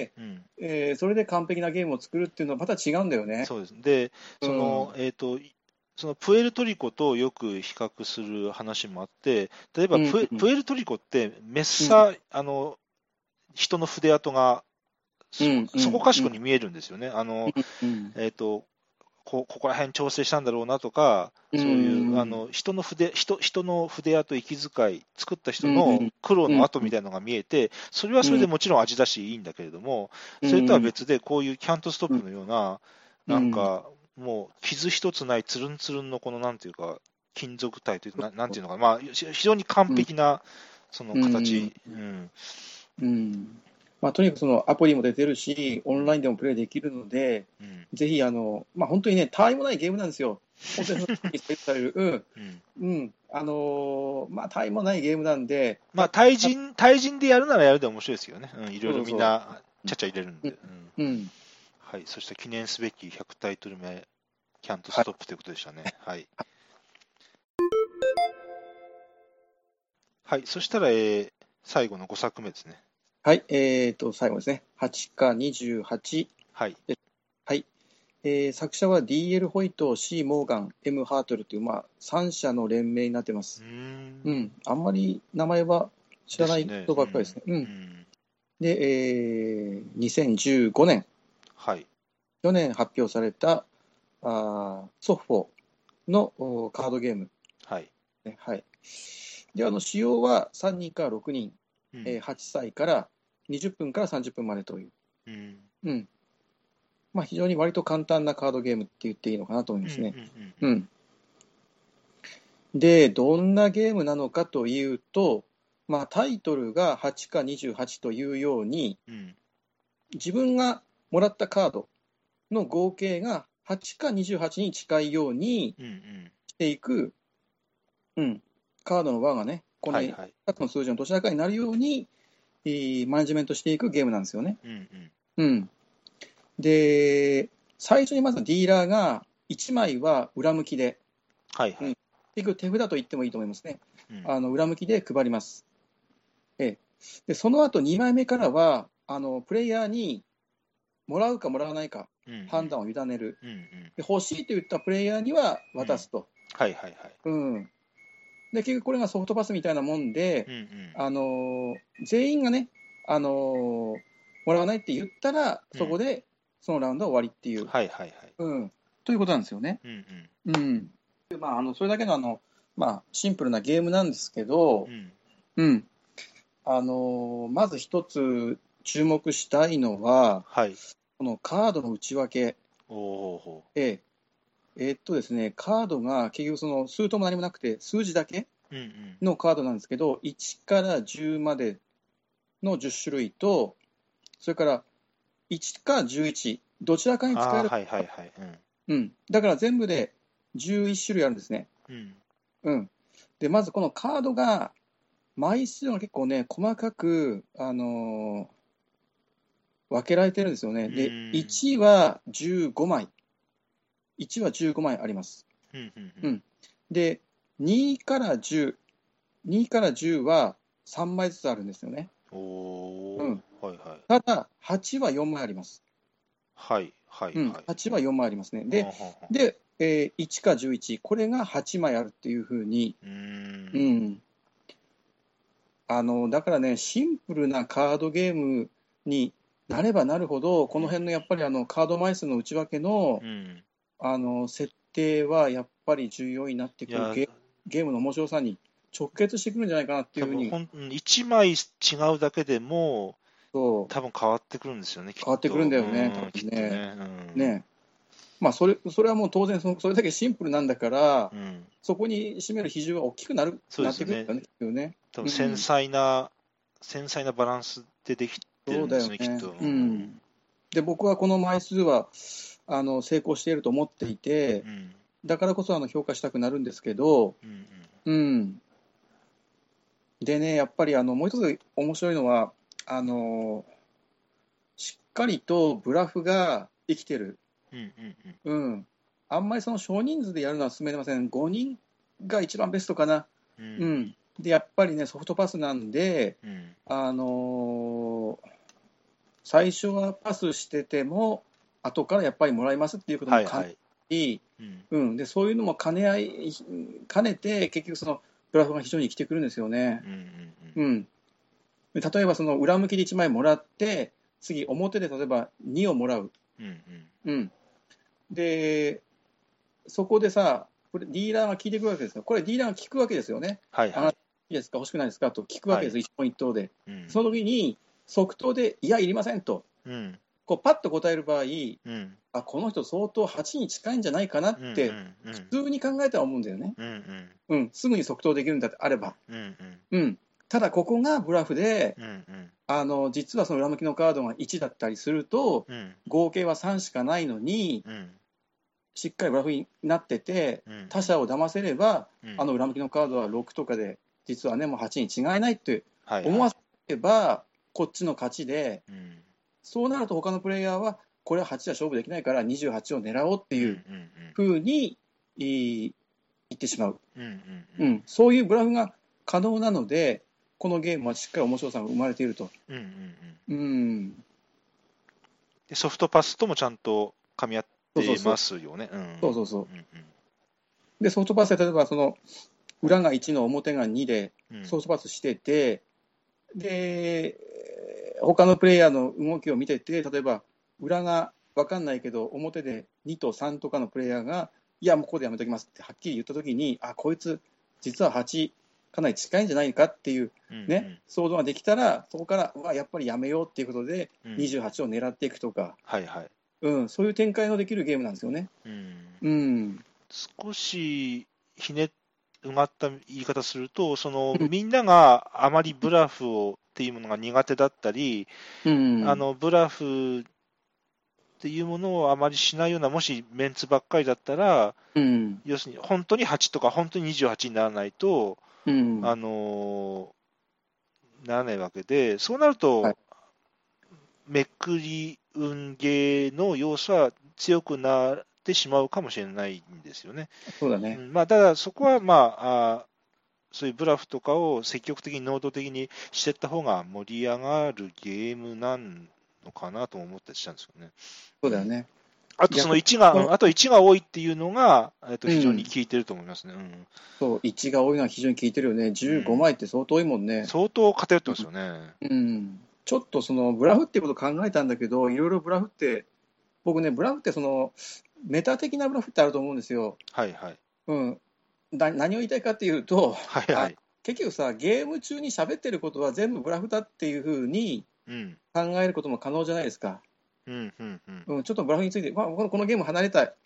それで完璧なゲームを作るっていうのはまた違うんだよね。 そうです。で、そのプエルトリコとよく比較する話もあって、例えばプエルトリコってめっさ、人の筆跡がそこかしこに見えるんですよね。 ここら辺調整したんだろうなとか、そういう人の筆跡と息遣い、作った人の苦労の跡みたいなのが見えて、それはそれでもちろん味だしいいんだけれども、それとは別で、こういうキャントストップのような、なんかもう傷一つないつるんつるんのこのなんていうか、金属体というか、なんていうのかな、まあ、非常に完璧なその形。 まあ、とにかくそのアプリも出てるし、オンラインでもプレイできるので、ぜひまあ、本当にね、たわいもないゲームなんですよ。本当にされる、まあ、たわいもないゲームなんで、 まあ、対人でやるならやるで面白いですよね。いろいろみんな、ちゃちゃ入れるんで。はい、そして記念すべき100タイトル目、キャントストップということでしたね。はい。はい、そしたら、最後の5作目ですね。 はい、最後ですね。8か28。 はい。 はい。作者は D.L. ホイト、C. モーガン、M. ハートルという、まあ、3社の連名になってます。あんまり名前は知らない人ばっかりですね。で、2015年、 はい、 去年発表されたソフォのカードゲーム。 はい。 はい。で、使用は3人から6人、8歳から20分から30分までという。まあ、非常に割と簡単なカードゲームって言っていいのかなと思いますね。で、どんなゲームなのかというと、まあ、タイトルが8か28というように、自分がもらったカードの合計が8か28に近いようにしていく、カードの輪がね、この2つの数字のどちらかになるように、マネジメントしていくゲームなんですよね。で、最初にまずディーラーが1枚は裏向きで、結局手札と言ってもいいと思いますね。裏向きで配ります。で、その後2枚目からは、プレイヤーにもらうかもらわないか判断を委ねる。で欲しいと言ったプレイヤーには渡すと。で結局これがソフトパスみたいなもんで、全員がね、もらわないって言ったら、そこでそのラウンドは終わりっていう、ということなんですよね。まあ、それだけのまあ、シンプルなゲームなんですけど、まず一つ注目したいのは、このカードの内訳。ですね、カードが結局その数とも何もなくて数字だけのカードなんですけど、1から10までの10種類と、それから1か11、どちらかに使える。だから全部で11種類あるんですね。で、まずこのカードが、枚数が結構ね、細かく、分けられてるんですよね。で、1は15枚。1は15枚あります。で、2から10は3枚ずつあるんですよね。ただ、8は4枚あります。8は4枚ありますね。で、1か11、これが8枚あるっていうふうに、だからね、シンプルなカードゲームになればなるほど、この辺のやっぱりカード枚数の内訳の、設定はやっぱり重要になってくるゲームの面白さに直結してくるんじゃないかなっていうふうに。 1枚違うだけでも、多分変わってくるんですよね、 変わってくるんだよね、多分ね。まあ、それはもう当然それだけシンプルなんだから、そこに占める比重が大きくなってくるんだね。 多分繊細なバランスでできてるんですね、きっと。 で、僕はこの枚数は成功していると思っていて、だからこそ評価したくなるんですけど、でね、やっぱりもう一つ面白いのは、しっかりとブラフが生きてる。あんまりその少人数でやるのは進めれません。5人が一番ベストかな。で、やっぱりね、ソフトパスなんで、最初はパスしてても、後からやっぱりもらいますっていうことも兼ねて、でそういうのも兼ねて、結局そのブラフが非常に生きてくるんですよね。例えばその裏向きで1枚もらって、次表で例えば2をもらう。で、 そこでさ、これディーラーが聞いてくるわけですよ。これディーラーが聞くわけですよね。 はいはい。 いいですか、欲しくないですかと聞くわけです、一問一答で。 うん、 その時に即答で、いや、いりませんと、こうパッと答える場合、この人相当8に近いんじゃないかなって普通に考えたら思うんだよね。すぐに即答できるんだってあれば。ただここがブラフで、実はその裏向きのカードが1だったりすると、合計は3しかないのに、しっかりブラフになってて、他者を騙せれば、裏向きのカードは6とかで、実はね、もう8に違いないって思わせれば、こっちの勝ちで、そうなると他のプレイヤーは、これは8じゃ勝負できないから28を狙おうっていうふうに言ってしまう。そういうブラフが可能なので、このゲームはしっかり面白さが生まれていると。 でソフトパスともちゃんと噛み合ってますよね。 で、ソフトパスで例えばその裏が1の表が2でソフトパスしてて、で、他のプレイヤーの動きを見てて、例えば裏が分かんないけど、表で2と3とかのプレイヤーが、いや、もうここでやめときますってはっきり言ったときに、こいつ、実は8、かなり近いんじゃないかっていうね、想像ができたら、そこから、やっぱりやめようっていうことで、28を狙っていくとか、そういう展開のできるゲームなんですよね。 少しうがった言い方すると、みんながあまりブラフっていうものが苦手だったり、ブラフっていうものをあまりしないような、もしメンツばっかりだったら、要するに本当に8とか本当に28にならないと、ならないわけで、そうなると、めくり運ゲーの要素は強くなってしまうかもしれないんですよね。 そうだね。 ただ、そこはそういうブラフとかを積極的に能動的にしていった方が盛り上がるゲームなのかなと思ったりしたんですよね。 そうだよね。 あと1が多いっていうのが、非常に効いてると思いますね。 そう、1が多いのは非常に効いてるよね。15枚って相当多いもんね。 相当偏ってますよね。 ちょっとそのブラフっていうことを考えたんだけど、いろいろブラフって、僕ね、ブラフってそのメタ的なブラフってあると思うんですよ。何を言いたいかっていうと、結局さ、ゲーム中に喋ってることは全部ブラフだっていうふうに考えることも可能じゃないですか。ちょっとブラフについて、このゲーム離れたい。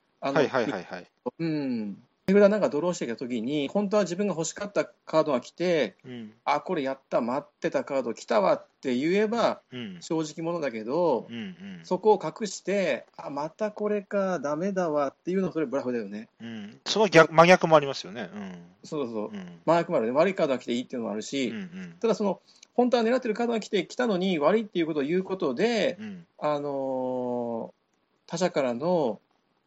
手札なんかドローしてきたときに、本当は自分が欲しかったカードが来て、これやった、待ってたカード来たわって言えば正直者だけど、そこを隠して、またこれか、ダメだわっていうのはそれブラフだよね。 その真逆もありますよね。 そう。真逆もあるね。悪いカードが来ていいっていうのもあるし、ただその、本当は狙ってるカードが来たのに悪いっていうことを言うことで、他者からの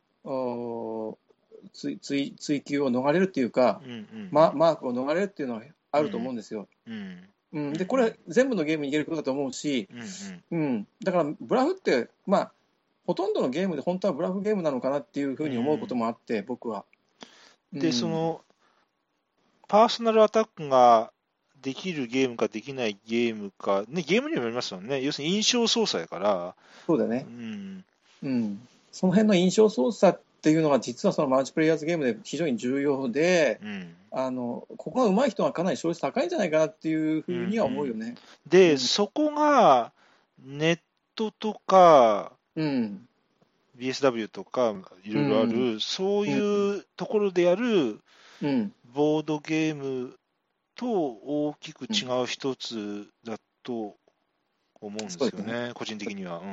追求を逃れるっていうか、マークを逃れるっていうのはあると思うんですよ。でこれ全部のゲームに言えることだと思うし、だからブラフってほとんどのゲームで本当はブラフゲームなのかなっていうふうに思うこともあって、僕は。 で、そのパーソナルアタックができるゲームかできないゲームか、ね、ゲームにもよりますよね。要するに印象操作やから。 そうだね。その辺の印象操作っていうのが実はそのマルチプレイヤーズゲームで非常に重要で、ここが上手い人はかなり勝率高いんじゃないかなっていうふうには思うよね。 で、そこがネットとか、BSW とかいろいろある、そういうところでやるボードゲームと大きく違う一つだと思うんですよね、個人的には。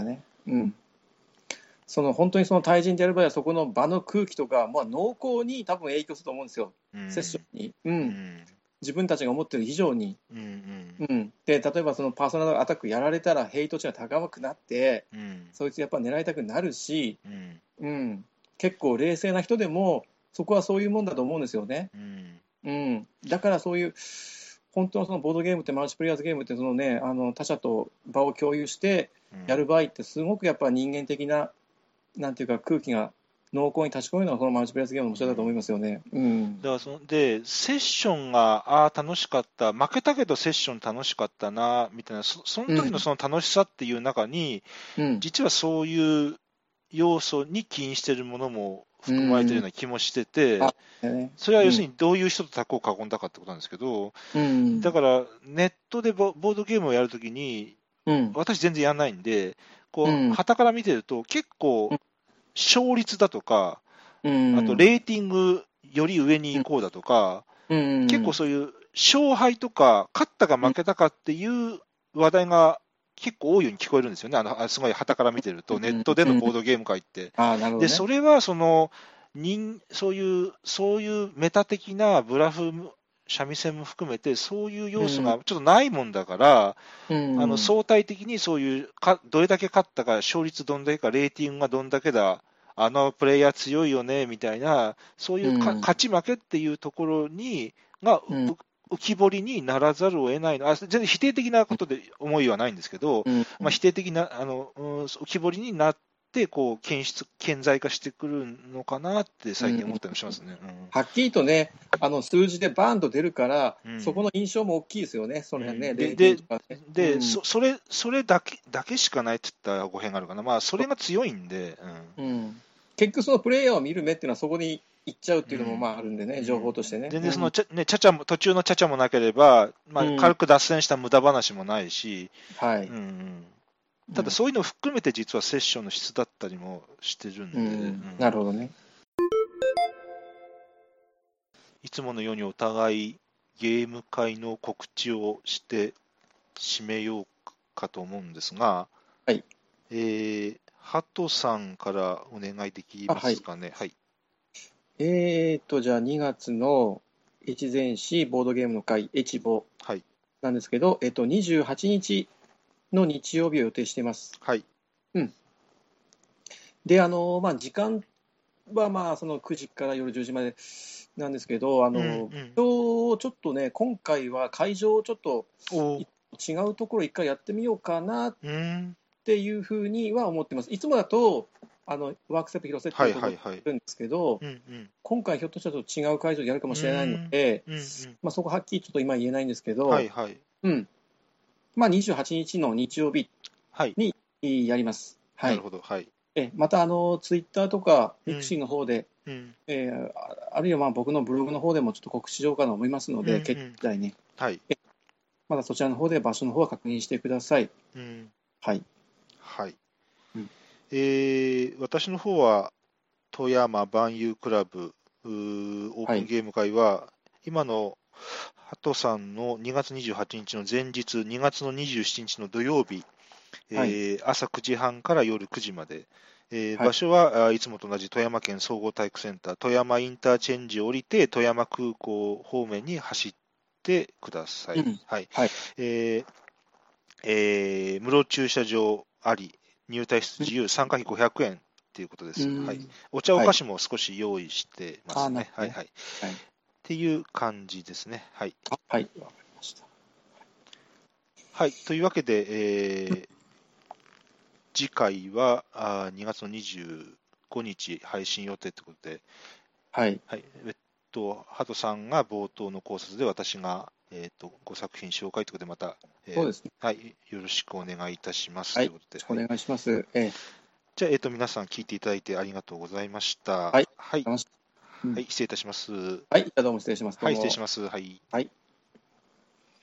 その本当にその対人でやる場合は、そこの場の空気とか、濃厚に多分影響すると思うんですよ、セッションに。自分たちが思ってる以上に。で、例えばそのパーソナルアタックやられたら、ヘイト値が高くなって、そいつやっぱ狙いたくなるし、結構冷静な人でも、そこはそういうもんだと思うんですよね。だからそういう、本当のそのボードゲームって、マルチプレイヤーズゲームって、そのね、他者と場を共有してやる場合って、すごくやっぱ人間的な、なんていうか空気が濃厚に立ち込めるのがこのマルチプレイヤーズゲームの面白さだと思いますよね。 だからでセッションが楽しかった、負けたけどセッション楽しかったなみたいな、その時のその楽しさっていう中に、実はそういう要素に起因しているものも含まれてるような気もしてて、それは要するにどういう人とタッグを囲んだかってことなんですけど、だからネットでボードゲームをやるときに、私全然やらないんで、こう、傍から見てると結構勝率だとか、あとレーティングより上に行こうだとか、結構そういう勝敗とか、勝ったか負けたかっていう話題が結構多いように聞こえるんですよね、すごい傍から見てると、ネットでのボードゲーム会って。で、それはそういうメタ的なブラフ、三味線も含めて、そういう要素がちょっとないもんだから、相対的にそういうどれだけ勝ったか、勝率どんだけか、レーティングがどんだけだ、プレイヤー強いよねみたいな、そういう勝ち負けっていうところが浮き彫りにならざるを得ないの、全然否定的なことで思いはないんですけど、否定的な浮き彫りになって、こう顕在化してくるのかなって最近思ったりもしますね。 はっきりとね、数字でバーンと出るから、そこの印象も大きいですよね、その辺ね。 で、それだけしかないって言ったら語弊があるかな、まあ、それが強いんで。 結局、そのプレイヤーを見る目っていうのは、そこに行っちゃうっていうのもまああるんでね、情報としてね。 全然途中のチャチャもなければ、軽く脱線した無駄話もないし、ただそういうのを含めて実はセッションの質だったりもしてるんで。 なるほどね。 いつものようにお互いゲーム会の告知をして締めようかと思うんですが、 はい。 ハトさんからお願いできますかね。はい。 じゃあ2月の越前市ボードゲームの会、エチボなんですけど、28日の日曜日を予定しています。 はい。 で、時間はその9時から夜10時までなんですけど、ちょっとね、今回は会場をちょっと違うところ一回やってみようかなっていうふうには思ってます。いつもだとワークセップ広瀬っていうところにいるんですけど、今回ひょっとしたら違う会場でやるかもしれないので、そこはっきりちょっと今言えないんですけど、28日の日曜日にやります。 なるほど。 またツイッターとかミクシーの方で、あるいは僕のブログの方でもちょっと告知しようかと思いますので、決定ね、まだそちらの方で場所の方は確認してください。 私の方は富山万有クラブオープンゲーム会は、今のハトさんの2月28日の前日、2月の27日の土曜日、朝9時半から夜9時まで、場所はいつもと同じ富山県総合体育センター、富山インターチェンジを降りて、富山空港方面に走ってください。無料駐車場あり、入退室自由、参加費500円ということです。お茶お菓子も少し用意してますね。っていう感じですね。わかりました。 というわけで、次回は2月の25日配信予定ということで、ハトさんが冒頭の考察で、私が、ご作品紹介ということで、また、 そうですね。 よろしくお願いいたします。 ということで、お願いします。 じゃあ、皆さん聞いていただいてありがとうございました。失礼いたします。 どうも失礼します。 失礼します。